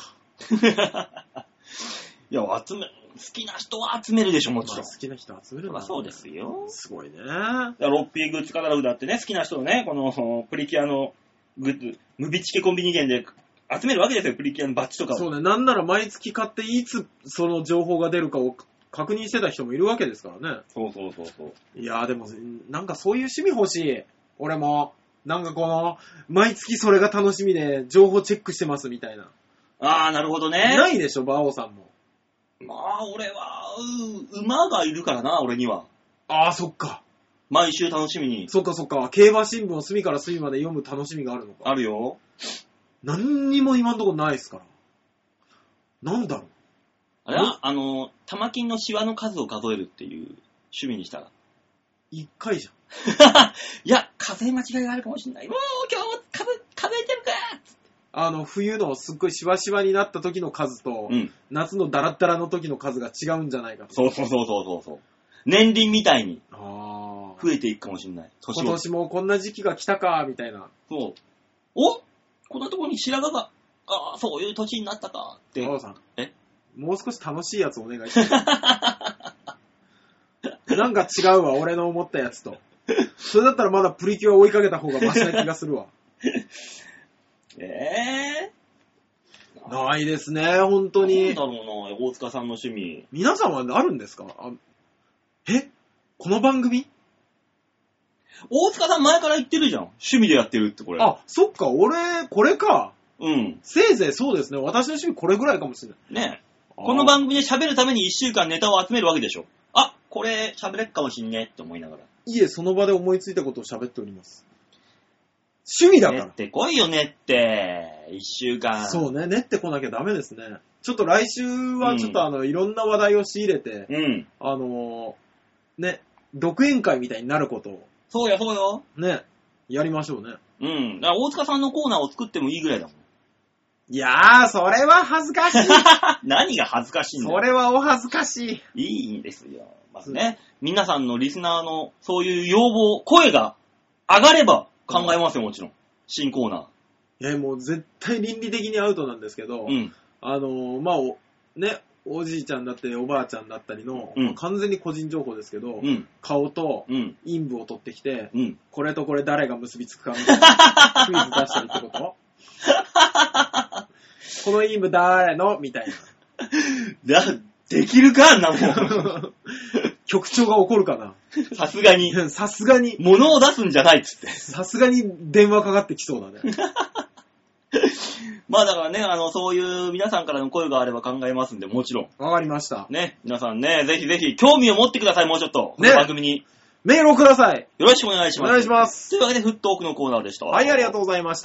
いや、好きな人は集めるでしょ、もちろん。 好きな人集めるんだ、ね。 そうですよ。 すごいね。 ロッピーグッズカタログだってね、好きな人のね、このプリキュアのグッズ、ムビチケコンビニ店で集めるわけですよ、プリキュアのバッジとかを。 そうね、なんなら毎月買っていつその情報が出るかを確認してた人もいるわけですからね。 そう。 いや、でも、なんかそういう趣味欲しい。俺も。なんか毎月それが楽しみで、情報チェックしてますみたいな。 なるほどね。 ないでしょ、馬王さんも。 まあ、俺は、馬がいるからな、俺には。 そっか。 毎週楽しみに。 そっか。競馬新聞を隅から隅まで読む楽しみがあるのか。 あるよ。 何にも今んとこないですから。なんだろう。 あれは、玉金のシワの数を数えるっていう趣味にしたら。 1回じゃん。 いや、数え間違いがあるかもしれない。もう今日も数えてるか冬のすっごいシワシワになった時の数と、夏のダラッダラの時の数が違うんじゃないかと。 そう。年輪みたいに増えていくかもしれない。 今年もこんな時期が来たか、みたいな。 そう。こんなところに白髪が、そういう年になったかって。 馬王さん。もう少し楽しいやつお願いします。なんか違うわ、俺の思ったやつと。それだったらまだプリキュア追いかけた方がマシな気がするわ。ないですね、本当に。 なんだろうな、大塚さんの趣味。 皆さんはあるんですか？この番組？ 大塚さん前から言ってるじゃん。趣味でやってるってこれ。 あ、そっか、俺、これか。 うん。 せいぜいそうですね。私の趣味これぐらいかもしれない。 ねえ。この番組で喋るために1週間ネタを集めるわけでしょ。あ、これ喋れっかもしんねえって思いながら。 いえ、その場で思いついたことを喋っております。趣味だから。 練ってこいよねって。1週間。 そうね、練ってこなきゃダメですね。ちょっと来週はちょっといろんな話題を仕入れて、 うん。 ね、独演会みたいになることを。 そうよ、そうよ。 ね、やりましょうね。 うん。だから大塚さんのコーナーを作ってもいいぐらいだもん。 いやー、それは恥ずかしい。 何が恥ずかしいんだよ。 それはお恥ずかしい。 いいんですよ。まあね、皆さんのリスナーのそういう要望、声が上がれば考えますよ、もちろん。新コーナー。もう絶対倫理的にアウトなんですけど、 うん。 まあ、ね、おじいちゃんだったりおばあちゃんだったりの、完全に個人情報ですけど、顔と陰部を取ってきて、これとこれ誰が結びつくかみたいなクイズ出したりってことこの陰部誰のみたいな。できるかあんなもん。 局長が怒るかな。 さすがに。 さすがに。 物を出すんじゃないっつって。 さすがに電話かかってきそうだね。 まあだからね、そういう皆さんからの声があれば考えますんで、もちろん。 わかりました。 ね、皆さんね、ぜひぜひ興味を持ってください、もうちょっと。この番組に。 メールをください。 よろしくお願いします。 お願いします。 というわけで、フットオークのコーナーでした。 はい、ありがとうございました。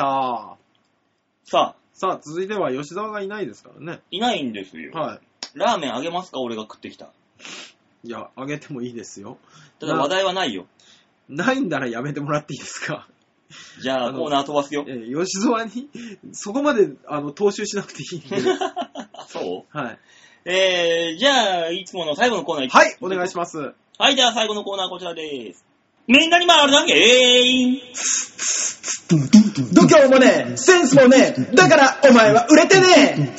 さあ、続いては吉沢がいないですからね。 いないんですよ。 はい。 ラーメンあげますか、俺が食ってきた。 いや、あげてもいいですよ。 ただ話題はないよ。 ないんならやめてもらっていいですか。 じゃあ、コーナー飛ばすよ。 吉沢に、そこまで、踏襲しなくていいんで。 そう？ はい。 じゃあ、いつもの最後のコーナーはい、お願いします。 はい、じゃあ最後のコーナーはこちらです。みんなに丸投げ度胸もねえ、センスもねえ、だからお前は売れてねえ。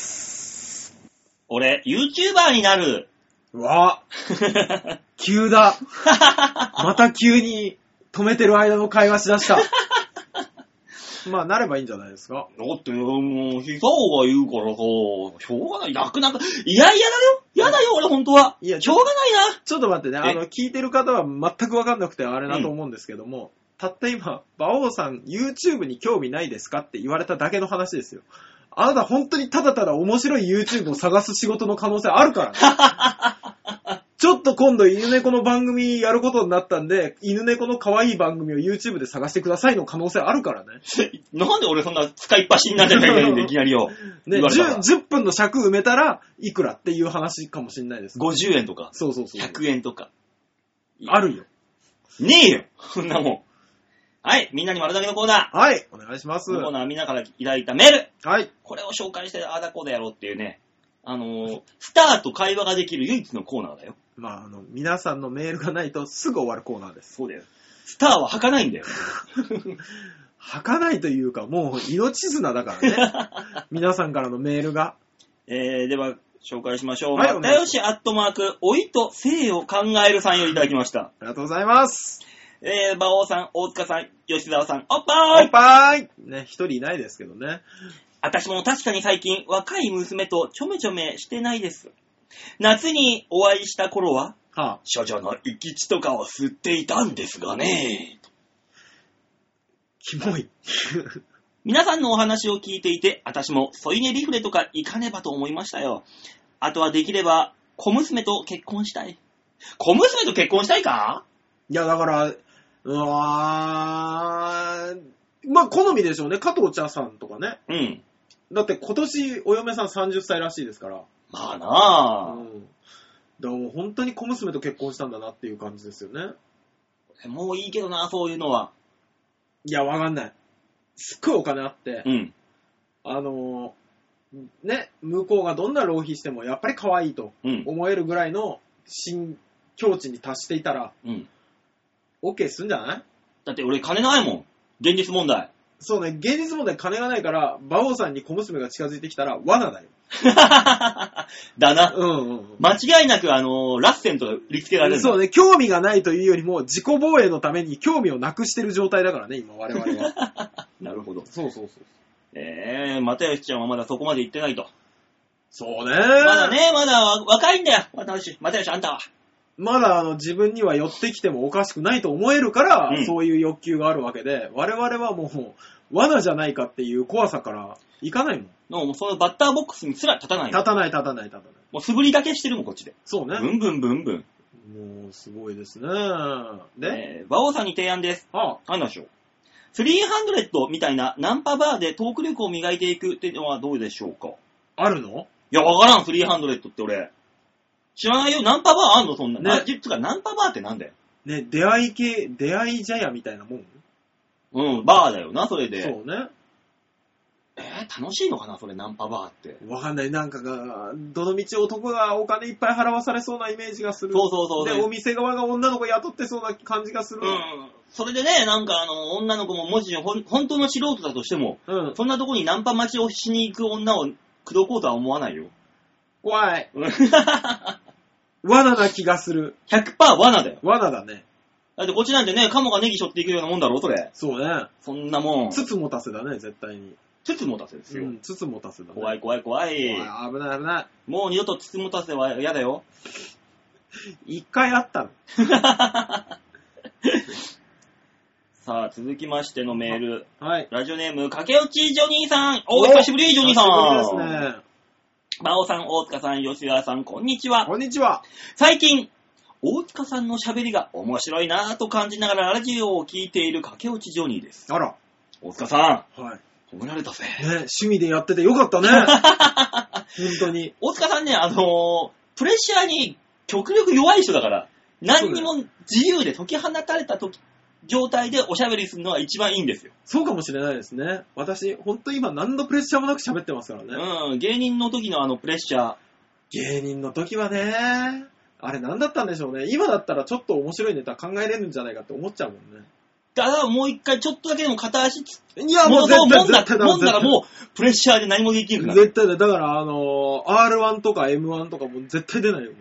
俺、YouTuber になる。 うわ急だ。また急に止めてる間の会話しだした。まあ、なればいいんじゃないですか。 だってもう、久男が言うからさ、しょうがない。泣く。いやだよ。やだよ、俺本当は。いや、しょうがないな。 ちょっと待ってね。聞いてる方は全くわかんなくてあれだと思うんですけども、たった今、馬王さん、YouTube に興味ないですかって言われただけの話ですよ。あなた本当にただただ面白い YouTube を探す仕事の可能性あるからね。ちょっと今度犬猫の番組やることになったんで、犬猫の可愛い番組を YouTube で探してくださいの可能性あるからね。 なんで俺そんな使いっ走りになってないんだよ、いきなりよ。 ね、10分の尺埋めたらいくらっていう話かもしれないです。 50円とか。 そう。 100円とか。 あるよ。 ねえよ、そんなもん。はい、みんなに丸投げのコーナー。 はい、お願いします。 このコーナーはみんなからいただいたメール。 はい。 これを紹介して、あだこうだやろうっていうね、スターと会話ができる唯一のコーナーだよ。 まあ、皆さんのメールがないとすぐ終わるコーナーです。 そうだよ。スターは吐かないんだよ。 吐かないというか、もう命綱だからね。皆さんからのメールが。 では、紹介しましょう。 はい、 またよしおいと性を考えるさんよりいただきました。 ありがとうございます。 馬王さん、大塚さん、吉沢さん、おっぱーいおっぱーいね、一人いないですけどね。 私も確かに最近、若い娘とちょめちょめしてないです。夏にお会いした頃は、処女の生き血とかを吸っていたんですがね。 キモい。 皆さんのお話を聞いていて、私も添い寝リフレとか行かねばと思いましたよ。あとはできれば、小娘と結婚したい。小娘と結婚したいか？ いや、だから、まあ、好みでしょうね。加藤茶さんとかね。 うん。 だって今年お嫁さん30歳らしいですから。 まあなぁ。 うん。だからもう本当に小娘と結婚したんだなっていう感じですよね。 もういいけどな、そういうのは。 いや、わかんない。すっごいお金あって、 うん。 ね、向こうがどんな浪費してもやっぱり可愛いと思えるぐらいの境地に達していたら、 うん。 OK すんじゃない？だって俺金ないもん。現実問題。 そうね、現実問題金がないから、馬王さんに小娘が近づいてきたら罠だよ。 だな。 うん。 間違いなくラッセンとか売りつけられる。 そうね、興味がないというよりも自己防衛のために興味をなくしてる状態だからね、今我々は。 なるほど。 そう。 又吉ちゃんはまだそこまで行ってないと。 そうね。 まだ若いんだよ。又吉あんたは。 まだ自分には寄ってきてもおかしくないと思えるから、 うんそういう欲求があるわけで、我々はもう、罠じゃないかっていう怖さからいかないもん。 もうそのバッターボックスにすら立たない。 立たない。 もう素振りだけしてるもん、こっちで。 そうね。 ブンブンブンブン。 もう、すごいですね。で、 馬王さんに提案です。なんでしょう。300みたいなナンパバーでトーク力を磨いていくっていうのはどうでしょうか。 あるの？ いや、わからん、300って俺。知らないよ。ナンパバーあんのそんな。 ね。 つか、ナンパバーってなんだよ。 ね、出会い茶屋みたいなもん？ うん、バーだよな、それで。 そうね。 楽しいのかな、それ、ナンパバーって。 わかんない。なんかが、どの道男がお金いっぱい払わされそうなイメージがする。 そう。 で、お店側が女の子雇ってそうな感じがする。 うん。それでね、なんか女の子ももし本当の素人だとしても、そんなとこにナンパ待ちをしに行く女を口説こうとは思わないよ。 怖い。罠な気がする。 100% 罠だよ。 罠だね。 だってこっちなんてね、カモがネギ背負っていくようなもんだろ、それ。 そうね。 そんなもん。 つつもたせだね、絶対に。 つつもたせですよ。 つつもたせだね。 怖い。 危ない。 もう二度とつつもたせは嫌だよ。 一回あったの。 さあ、続きましてのメール。 はい。 ラジオネーム、駆け落ちジョニーさん。久しぶり、ジョニーさん。 久しぶりですね。 馬尾さん、大塚さん、吉田さん、こんにちは。 こんにちは。 最近、大塚さんの喋りが面白いなぁと感じながらラジオを聞いている駆け落ちジョニーです。 あら。 大塚さん。はい。 褒められたぜ。 ね、趣味でやっててよかったね。本当に。 大塚さんね、プレッシャーに極力弱い人だから、何にも自由で解き放たれた状態でおしゃべりするのが一番いいんですよ。 そうかもしれないですね。私、ほんと今何のプレッシャーもなく喋ってますからね。 芸人の時のプレッシャー。 芸人の時はね、あれ何だったんでしょうね。今だったらちょっと面白いネタ考えれるんじゃないかって思っちゃうもんね。 だからもう一回ちょっとだけでも片足いや、もう絶対もんだらもうプレッシャーで何もできるから。 絶対だ。だからR1 とか M1 とかもう絶対出ないよ。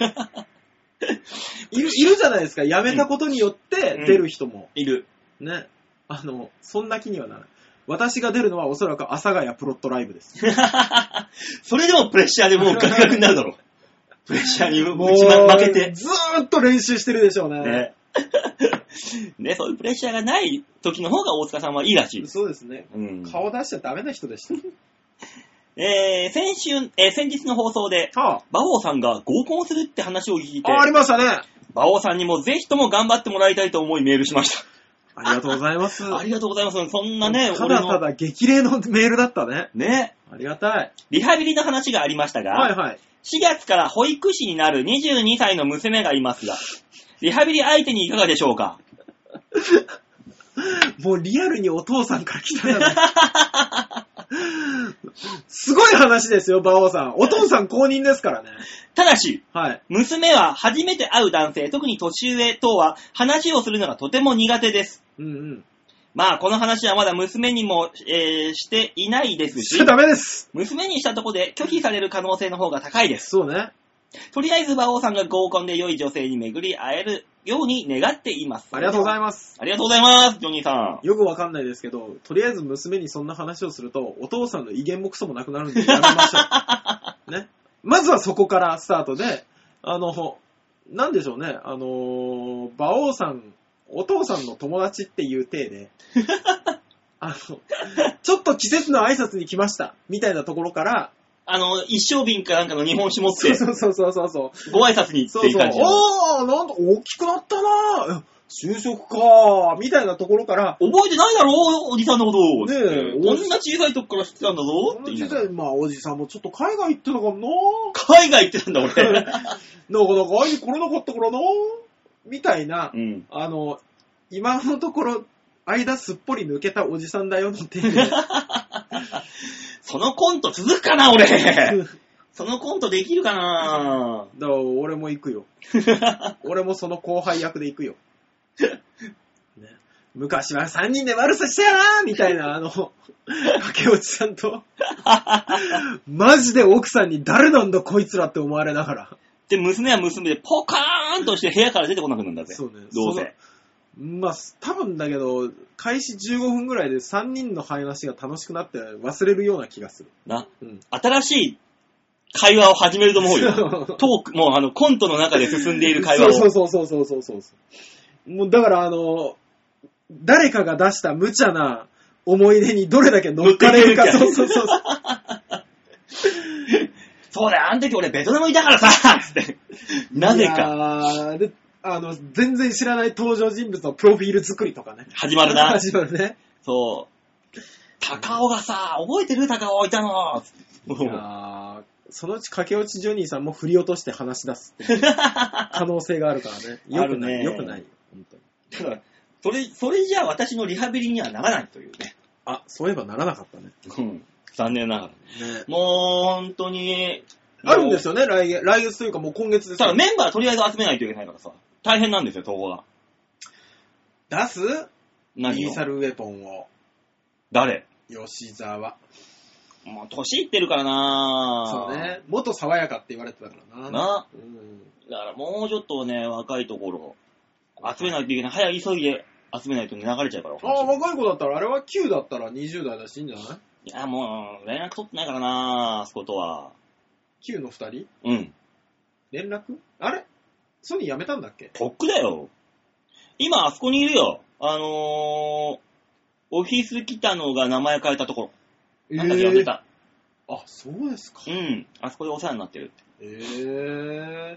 いるじゃないですか。辞めたことによって出る人も。 いる。 ね。そんな気にはならない。私が出るのはおそらく阿佐ヶ谷プロットライブです。 それでもプレッシャーでもうガクガクになるだろう。プレッシャーに負けて。 ずーっと練習してるでしょうね。 ね、そういうプレッシャーがない時の方が大塚さんはいいらしいです。 そうですね。顔出しちゃダメな人でした。 先日の放送で、馬王さんが合コンするって話を聞いて、 ありましたね。 馬王さんにもぜひとも頑張ってもらいたいと思いメールしました。 ありがとうございます。 ありがとうございます。そんなね、 ただただ激励のメールだったね。 ね。 ありがたい。 リハビリの話がありましたが、4月から保育士になる22歳の娘がいますが、リハビリ相手にいかがでしょうか？ もうリアルにお父さんから来たよね。すごい話ですよ、馬王さん。お父さん公認ですからね。 ただし、娘は初めて会う男性、特に年上とは話をするのがとても苦手です。まあ、この話はまだ娘にも、していないですし、 ダメです。 娘にしたとこで拒否される可能性の方が高いです。 そうね。 とりあえず馬王さんが合コンで良い女性に巡り会えるように願っています。 ありがとうございます。 ありがとうございます、ジョニーさん。 よくわかんないですけど、とりあえず娘にそんな話をすると、お父さんの威厳もクソもなくなるんでやめましょう。ね。まずはそこからスタートで、なんでしょうね、馬王さん、お父さんの友達っていう体で、ちょっと季節の挨拶に来ました、みたいなところから、 一升瓶かなんかの日本酒持って、 そう。 ご挨拶に行っていい感じ。 なんだ、大きくなったなぁ。就職かー、みたいなところから。 覚えてないだろおじさんのことを。 ねえ。 こんな小さいとこから知ってたんだぞって言いまあ、おじさんもちょっと海外行ってたからな海外行ってたんだ、俺。 なかなか会いに来れなかったからなみたいな、今のところ、間すっぽり抜けたおじさんだよっていう。 そのコント続くかな、俺。そのコントできるかな。 だから俺も行くよ。俺もその後輩役で行くよ。ね、昔は3人で悪さしたよなみたいな、駆け落ちさんと。マジで奥さんに誰なんだこいつらって思われながら。 で、娘は娘でポカーンとして部屋から出てこなくなるんだぜ。 そうね。 どうせ。 まあ、多分だけど、開始15分ぐらいで3人の話が楽しくなって忘れるような気がする。 新しい会話を始めると思うよ。トーク、もうコントの中で進んでいる会話を。 そう。もうだから誰かが出した無茶な思い出にどれだけ乗っかれるか。そう。 そうだよ、あの時俺ベトナムいたからさつって。なぜか。 で全然知らない登場人物のプロフィール作りとかね。 始まるな。 始まるね。 そう。高尾がさ、覚えてる高尾いたのつって。 そのうち駆け落ちジョニーさんも振り落として話し出すっていう可能性があるからね。よくない。本当に。 だからそれじゃあ私のリハビリにはならないというね。 あ、そういえばならなかったね。 残念ながら。ね、もう本当に。 あるんですよね、来月というかもう今月ですよ。 ただメンバーとりあえず集めないといけないからさ。大変なんですよ、東宝が。 出す？何を？リーサルウェポンを。 誰？ 吉沢。 もう年いってるからな。 そうね。元爽やかって言われてたからな。 だからもうちょっとね、若いところ集めないといけない。早い急いで集めないと流れちゃうから。 若い子だったら、あれは9だったら20代だしいいんじゃない？ いや、もう連絡取ってないからな、あそことは。 9の2人？ うん。 連絡？あれ？ソニー辞めたんだっけ？ とっくだよ。今あそこにいるよ。オフィス来たのが名前変えたところ。なんだっけ忘れた。 あ、そうですか。 うん。あそこでお世話になってるって。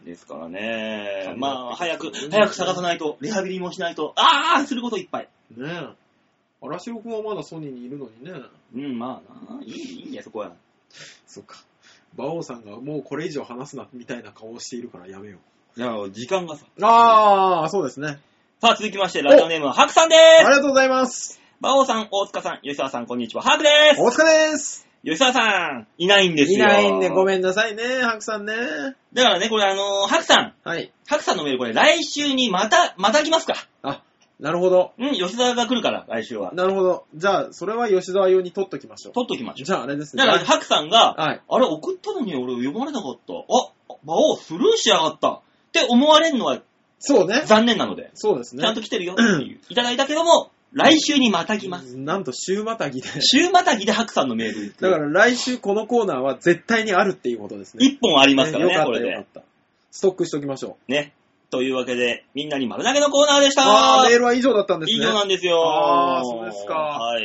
ですからね。まあ、早く探さないと、リハビリもしないと、することいっぱい。 ねえ。荒城くんはまだソニーにいるのにね。 まあな。いいんだよ、そこは。 そっか。馬王さんがもうこれ以上話すな、みたいな顔をしているからやめよう。 いや、時間がさ。 そうですね。 さあ、続きまして、ラジオネームはハクさんでーす。 ありがとうございます。 馬王さん、大塚さん、吉沢さん、こんにちは。ハクでーす。 大塚でーす。 吉沢さん、いないんですよ。 いないんで、ごめんなさいね、ハクさんね。 だからね、これハクさん。 はい。 ハクさんのメール、これ来週にまた来ますか。 あ、なるほど。 吉沢が来るから、来週は。 なるほど。じゃあ、それは吉沢用に取っときましょう。じゃあ、あれですね。 だから、ハクさんが、 はい。 あれ、送ったのに俺読まれなかった。馬王スルーしやがった。って思われるのは、 そうね。 残念なので。 そうですね。 ちゃんと来てるよっていういただいたけども、来週にまた来ます。 なんと週またぎで。 週またぎでハクさんのメール。 だから来週このコーナーは絶対にあるっていうことですね。 1本ありますからね、これで。 よかった。ストックしときましょう。ね。というわけで、みんなに丸投げのコーナーでした。 メールは以上だったんですね。 以上なんですよ。 そうですか。 はい。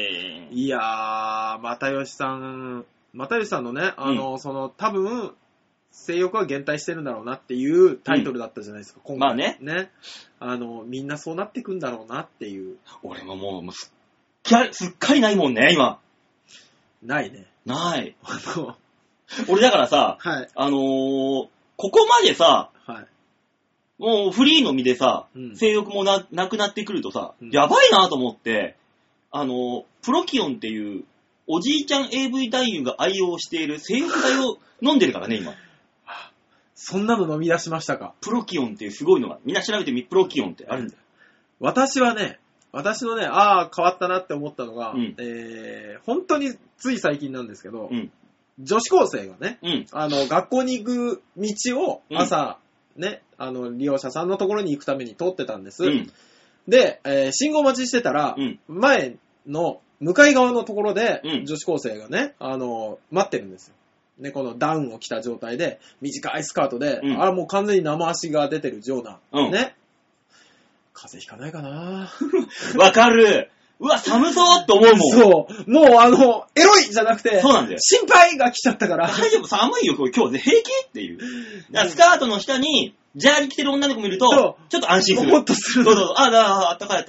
いやー、又吉さんのね、多分、性欲は減退してるんだろうなっていうタイトルだったじゃないですか、今回。 まあね。 みんなそうなってくんだろうなっていう。 俺ももうすっかりないもんね、今。 ないね。 ない。俺だからさ、 はい。 ここまでさ、 はい。 もうフリーの身でさ、性欲もなくなってくるとさ、やばいなと思って、プロキオンっていう、おじいちゃん AV 男優が愛用している性欲剤を飲んでるからね、今。 そんなの飲み出しましたか。 プロキオンっていうすごいのが、みんな調べてみ、プロキオンってあるんだよ。 私のね、変わったなって思ったのが、本当につい最近なんですけど、女子高生がね、学校に行く道を朝、ね、利用者さんのところに行くために通ってたんです。で、信号待ちしてたら、前の向かい側のところで、女子高生がね、待ってるんですよ。ね、このダウンを着た状態で、短いスカートで、もう完全に生足が出てるような、ね。風邪ひかないかなわかる。うわ、寒そうって思うもん。 そう。もうエロいじゃなくて、 そうなんだよ。 心配が来ちゃったから。 大丈夫、寒いよ、今日平気っていう。スカートの下に、ジャージ着てる女の子見ると、ちょっと安心する。 ほっとする。 そう。あったかい。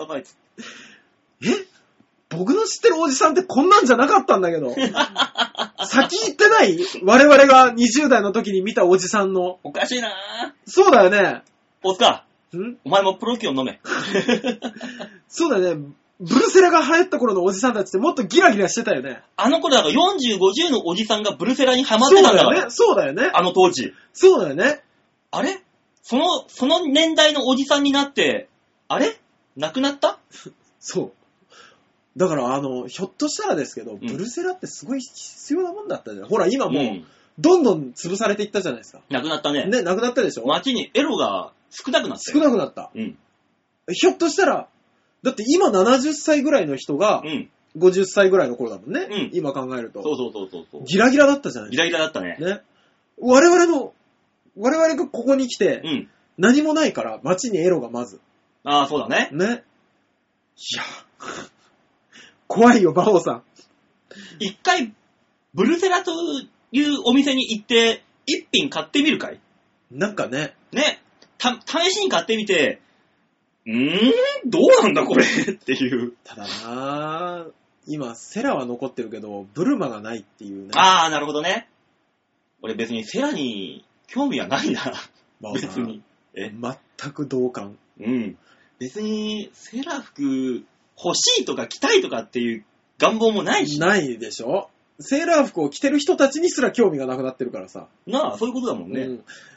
僕の知ってるおじさんってこんなんじゃなかったんだけど。先行ってない我々が20代の時に見たおじさんの。 おかしいなぁ。 そうだよね。 大塚。お前もプロキオン飲め。 そうだよね。ブルセラが流行った頃のおじさんたちってもっとギラギラしてたよね。 あの頃だから40、50のおじさんがブルセラにハマってたんだから。 そうだよね。 あの当時。 そうだよね。 あれその年代のおじさんになって、あれ亡くなった？ そう。だからひょっとしたらですけど、ブルセラってすごい必要なもんだったじゃん。ほら、今もう、どんどん潰されていったじゃないですか。 なくなったね。 ね、なくなったでしょ？ 街にエロが少なくなった。 少なくなった。ひょっとしたら、だって今70歳ぐらいの人が、50歳ぐらいの頃だもんね。今考えると。 そう。 ギラギラだったじゃないですか。ギラギラだったね。 ね。 我々がここに来て、 うん。 何もないから街にエロがまず。 ああ、そうだね。 ね。いや、怖いよ、馬王さん。 一回、ブルセラというお店に行って、一品買ってみるかい？ なんかね。 ね。試しに買ってみて、どうなんだこれっていう。 ただなぁ、今、セラは残ってるけど、ブルマがないっていうね。 ああ、なるほどね。俺別にセラに興味はないな。別に。 全く同感。 うん。別に、セラ服欲しいとか着たいとかっていう願望もないし。 ないでしょ？セーラー服を着てる人たちにすら興味がなくなってるからさ。 なあ、そういうことだもんね。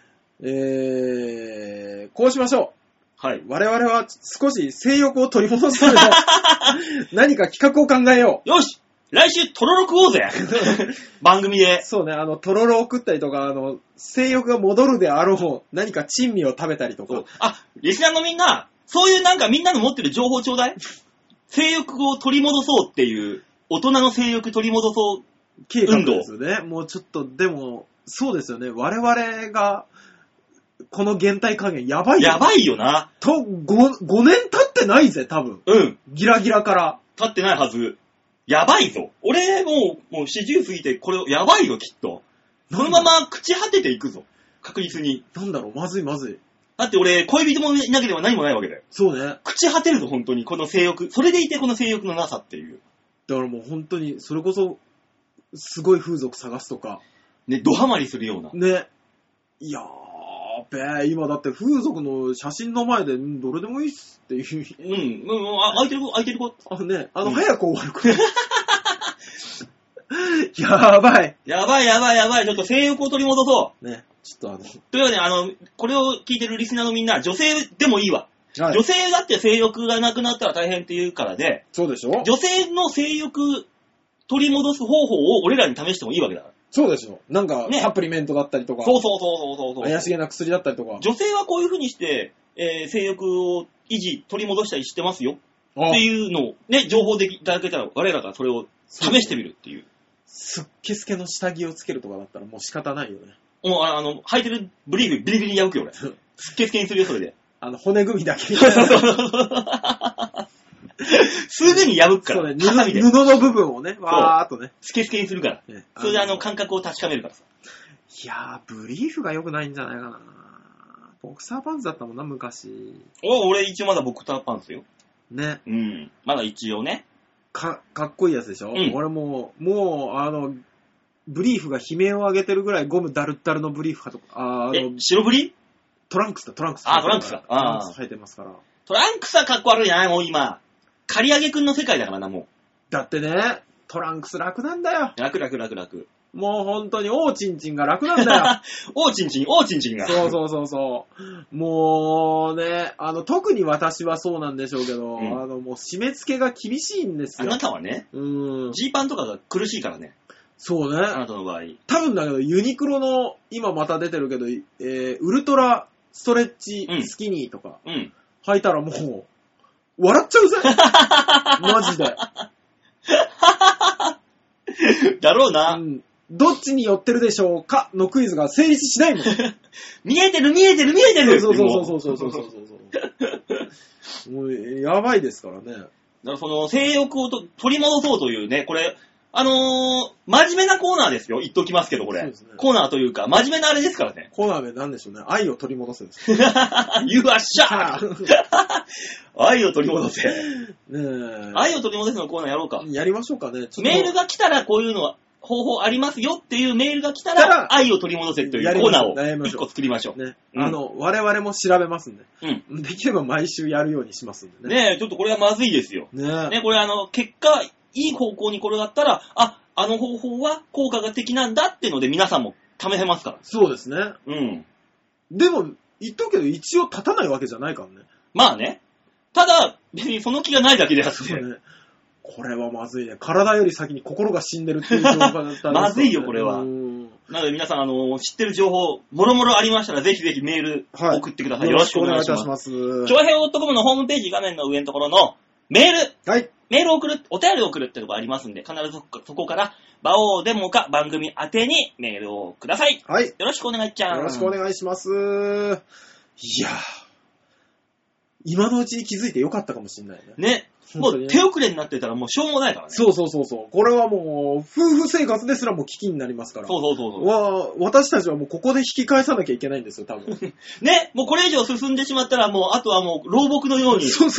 こうしましょう。 はい。 我々は少し性欲を取り戻すための何か企画を考えよう。 よし！来週、トロロ食おうぜ番組で。 そうね、トロロを食ったりとか、性欲が戻るであろう、何か珍味を食べたりとか。 あ、リスナーのみんな、そういうなんかみんなの持ってる情報ちょうだい。性欲を取り戻そうっていう、大人の性欲取り戻そう計画ですよね。もうちょっと、でも、そうですよね。我々が、この減退加減やばいよ。 やばいよな。 5年経ってないぜ、多分。 うん。 ギラギラから。 経ってないはず。やばいぞ。俺もう40過ぎて、これやばいよ、きっと。このまま朽ち果てていくぞ。確実に。 なんだろう、まずいまずい。 だって俺、恋人もいなければ何もないわけだよ。 そうね。 朽ち果てるぞ、本当に。この性欲。それでいてこの性欲のなさっていう。 だからもう本当に、それこそ、すごい風俗探すとか。 ね、ドハマりするような。 ね。いやーべー、今だって風俗の写真の前で、どれでもいいっすっていう。 空いてる子。 ね、早く終わる子。やばい。 やばい。ちょっと性欲を取り戻そう。 ね、ちょっとというわけで、これを聞いてるリスナーのみんな、女性でもいいわ。 はい、 女性だって性欲がなくなったら大変って言うからで、 そうでしょ？ 女性の性欲取り戻す方法を俺らに試してもいいわけだから。 そうでしょ。なんか、サプリメントだったりとか。 そう。 怪しげな薬だったりとか。 女性はこういう風にして、性欲を取り戻したりしてますよ。っていうのをね、情報でいただけたら、我らがそれを試してみるっていう。 すっけすけの下着をつけるとかだったらもう仕方ないよね。 もう履いてるブリーフビリビリに破くよ俺。すっけすけにするよ、それで。 骨組みだけ。 すぐに破くから。 そうね、布の部分をね、わーっとね。 スケスケにするから。ね、それで感覚を確かめるからさ。 いやー、ブリーフが良くないんじゃないかな。ボクサーパンツだったもんな、昔。 俺一応まだボクサーパンツよ。 ね。 うん。まだ一応ね。 かっこいいやつでしょ、うん、俺もう、ブリーフが悲鳴を上げてるぐらいゴムダルッダルのブリーフかとか、 白ブリ？ トランクスだ。 トランクス履いてますから。 トランクスはかっこ悪いな、もう今。刈り上げくんの世界だからな、もう。 だってね、トランクス楽なんだよ。 楽。 もう本当に、おーちんちんが楽なんだよ。 おーちんちんが。 そう。もうね、特に私はそうなんでしょうけど、もう締め付けが厳しいんですよ。 あなたはね、ジーパンとかが苦しいからね。 そうね。 あなたの場合。 多分だけど、ユニクロの、今また出てるけど、ウルトラストレッチスキニーとか、履いたらもう、笑っちゃうぜ。マジで。 だろうな。 どっちに寄ってるでしょうかのクイズが成立しないもん。 見えてるそう。もう、やばいですからね。 だからその、性欲を取り戻そうというね、これ、真面目なコーナーですよ。言っときますけど、これ。そうですね、コーナーというか、真面目なあれですからね。 コーナーでなんでしょうね。愛を取り戻せです。 You are sharp! 愛を取り戻せ。愛を取り戻せのコーナーやろうか。 やりましょうかね。 メールが来たらこういうのは、方法ありますよっていうメールが来たら、愛を取り戻せというコーナーを1個作りましょう。 ね、我々も調べますんで。できれば毎週やるようにしますんでね。 ねえ、ちょっとこれはまずいですよ。ねこれ結果、いい方向に転がったら、あの方法は効果が的なんだってので皆さんも試せますから。 そうですね。でも、言っとくけど一応立たないわけじゃないからね。 まあね。ただ、別にその気がないだけであって。 そうね。これはまずいね。体より先に心が死んでるっていう情報だったんですよね。 まずいよ、これは。なので皆さん、知ってる情報、もろもろありましたら、ぜひぜひメール送ってください。よろしくお願いします。長平.comのホームページ画面の上のところのメール。 はい。 メールを送る、お便りを送るってとこありますんで、必ずそこから、場をデモか番組宛てにメールをください。 はい。 よろしくお願いっちゃう。 よろしくお願いします。いやー、今のうちに気づいてよかったかもしれないね。 ね。もう手遅れになってたらもうしょうもないからね。 そう。これはもう、夫婦生活ですらもう危機になりますから。 そう。 私たちはもうここで引き返さなきゃいけないんですよ、多分。 ね、もうこれ以上進んでしまったらもう、あとはもう、老木のように。 そう。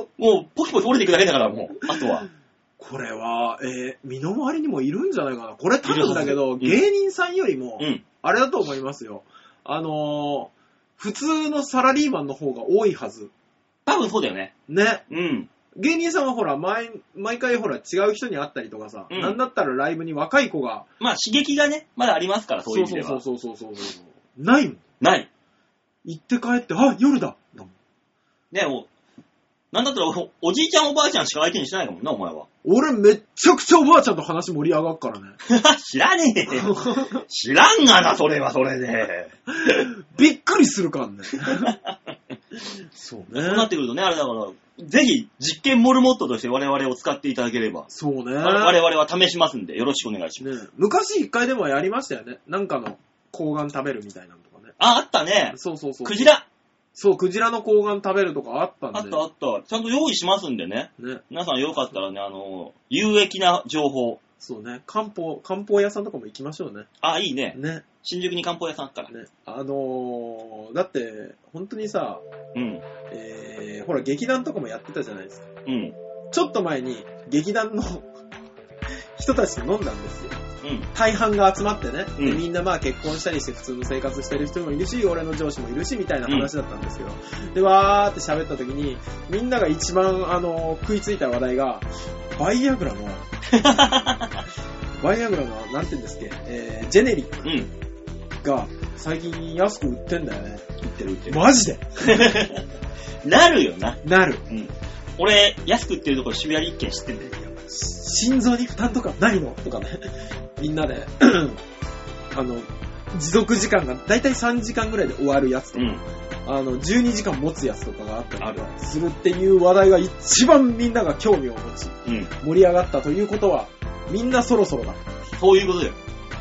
もう、ポキポキ折れていくだけだから、もう、あとは。 これは、身の回りにもいるんじゃないかな。これ多分だけど、芸人さんよりも、あれだと思いますよ。普通のサラリーマンの方が多いはず。 多分そうだよね。 ね。 うん。 芸人さんはほら、毎回ほら、違う人に会ったりとかさ、なんだったらライブに若い子が。 まあ、刺激がね、まだありますから、そういう意味では。 そう。ないもん。 ない。 行って帰って、あ、夜だ。 ね、もう、なんだったらおじいちゃんおばあちゃんしか相手にしないもんな、お前は。 俺めっちゃくちゃおばあちゃんと話盛り上がるからね。 知らねえよ。知らんがな、それはそれで。 びっくりするからね。そうね。 そうなってくるとね、あれだから、ぜひ実験モルモットとして我々を使っていただければ。 そうね。 我々は試しますんで、よろしくお願いします。 ね、昔一回でもやりましたよね。なんかの睾丸食べるみたいなのとかね。 あったね。 そう。 クジラ。 そう、クジラの睾丸食べるとかあったんで。 あった。ちゃんと用意しますんでね。皆さんよかったらね、有益な情報。 そうね。漢方屋さんとかも行きましょうね。 あ、いいね。 ね。 新宿に漢方屋さんあったら。 ね。だって、本当にさ、ほら、劇団とかもやってたじゃないですか。ちょっと前に、劇団の人たちと飲んだんですよ。大半が集まってね、でみんなまあ結婚したりして普通の生活してる人もいるし、俺の上司もいるしみたいな話だったんですけど、でわーって喋った時にみんなが一番食いついた話題がバイアグラのなんて言うんですっけ、ジェネリックが最近安く売ってんだよね。 売ってる。 マジでなるよな。 なる。 俺安く売ってるところ渋谷に一軒知ってんだよ。 心臓に負担とかないのとかね。みんなで、持続時間がだいたい3時間ぐらいで終わるやつとか、12時間持つやつとかがあったりするっていう話題が一番みんなが興味を持ち、盛り上がったということは、みんなそろそろだ。 そういうことだよ。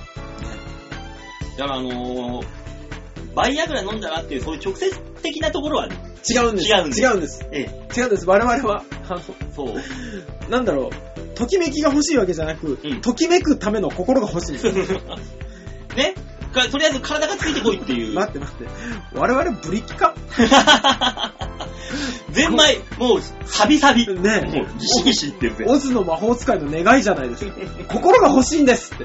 だからバイアグラ飲んだなっていう、そういう直接的なところはね、 違うんです。違うんです。我々は、 そう。 なんだろう、ときめきが欲しいわけじゃなく、ときめくための心が欲しいんですよ。 ね、とりあえず体がついてこいっていう。 待って。我々ブリキかゼンマイ、もう、サビ。 ね、 もう、ギシギシ言ってるぜ。 オズの魔法使いの願いじゃないですか。心が欲しいんですって。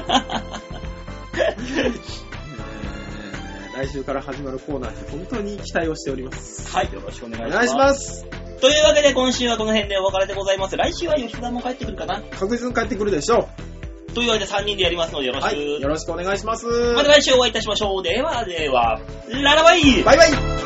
来週から始まるコーナーに本当に期待をしております。 はい、よろしくお願いします。 お願いします。 というわけで今週はこの辺でお別れでございます。来週は吉田も帰ってくるかな？ 確実に帰ってくるでしょう。というわけで3人でやりますのでよろしく。はい、 よろしくお願いします。 また来週お会いいたしましょう。では、ララバイ！ バイバイ！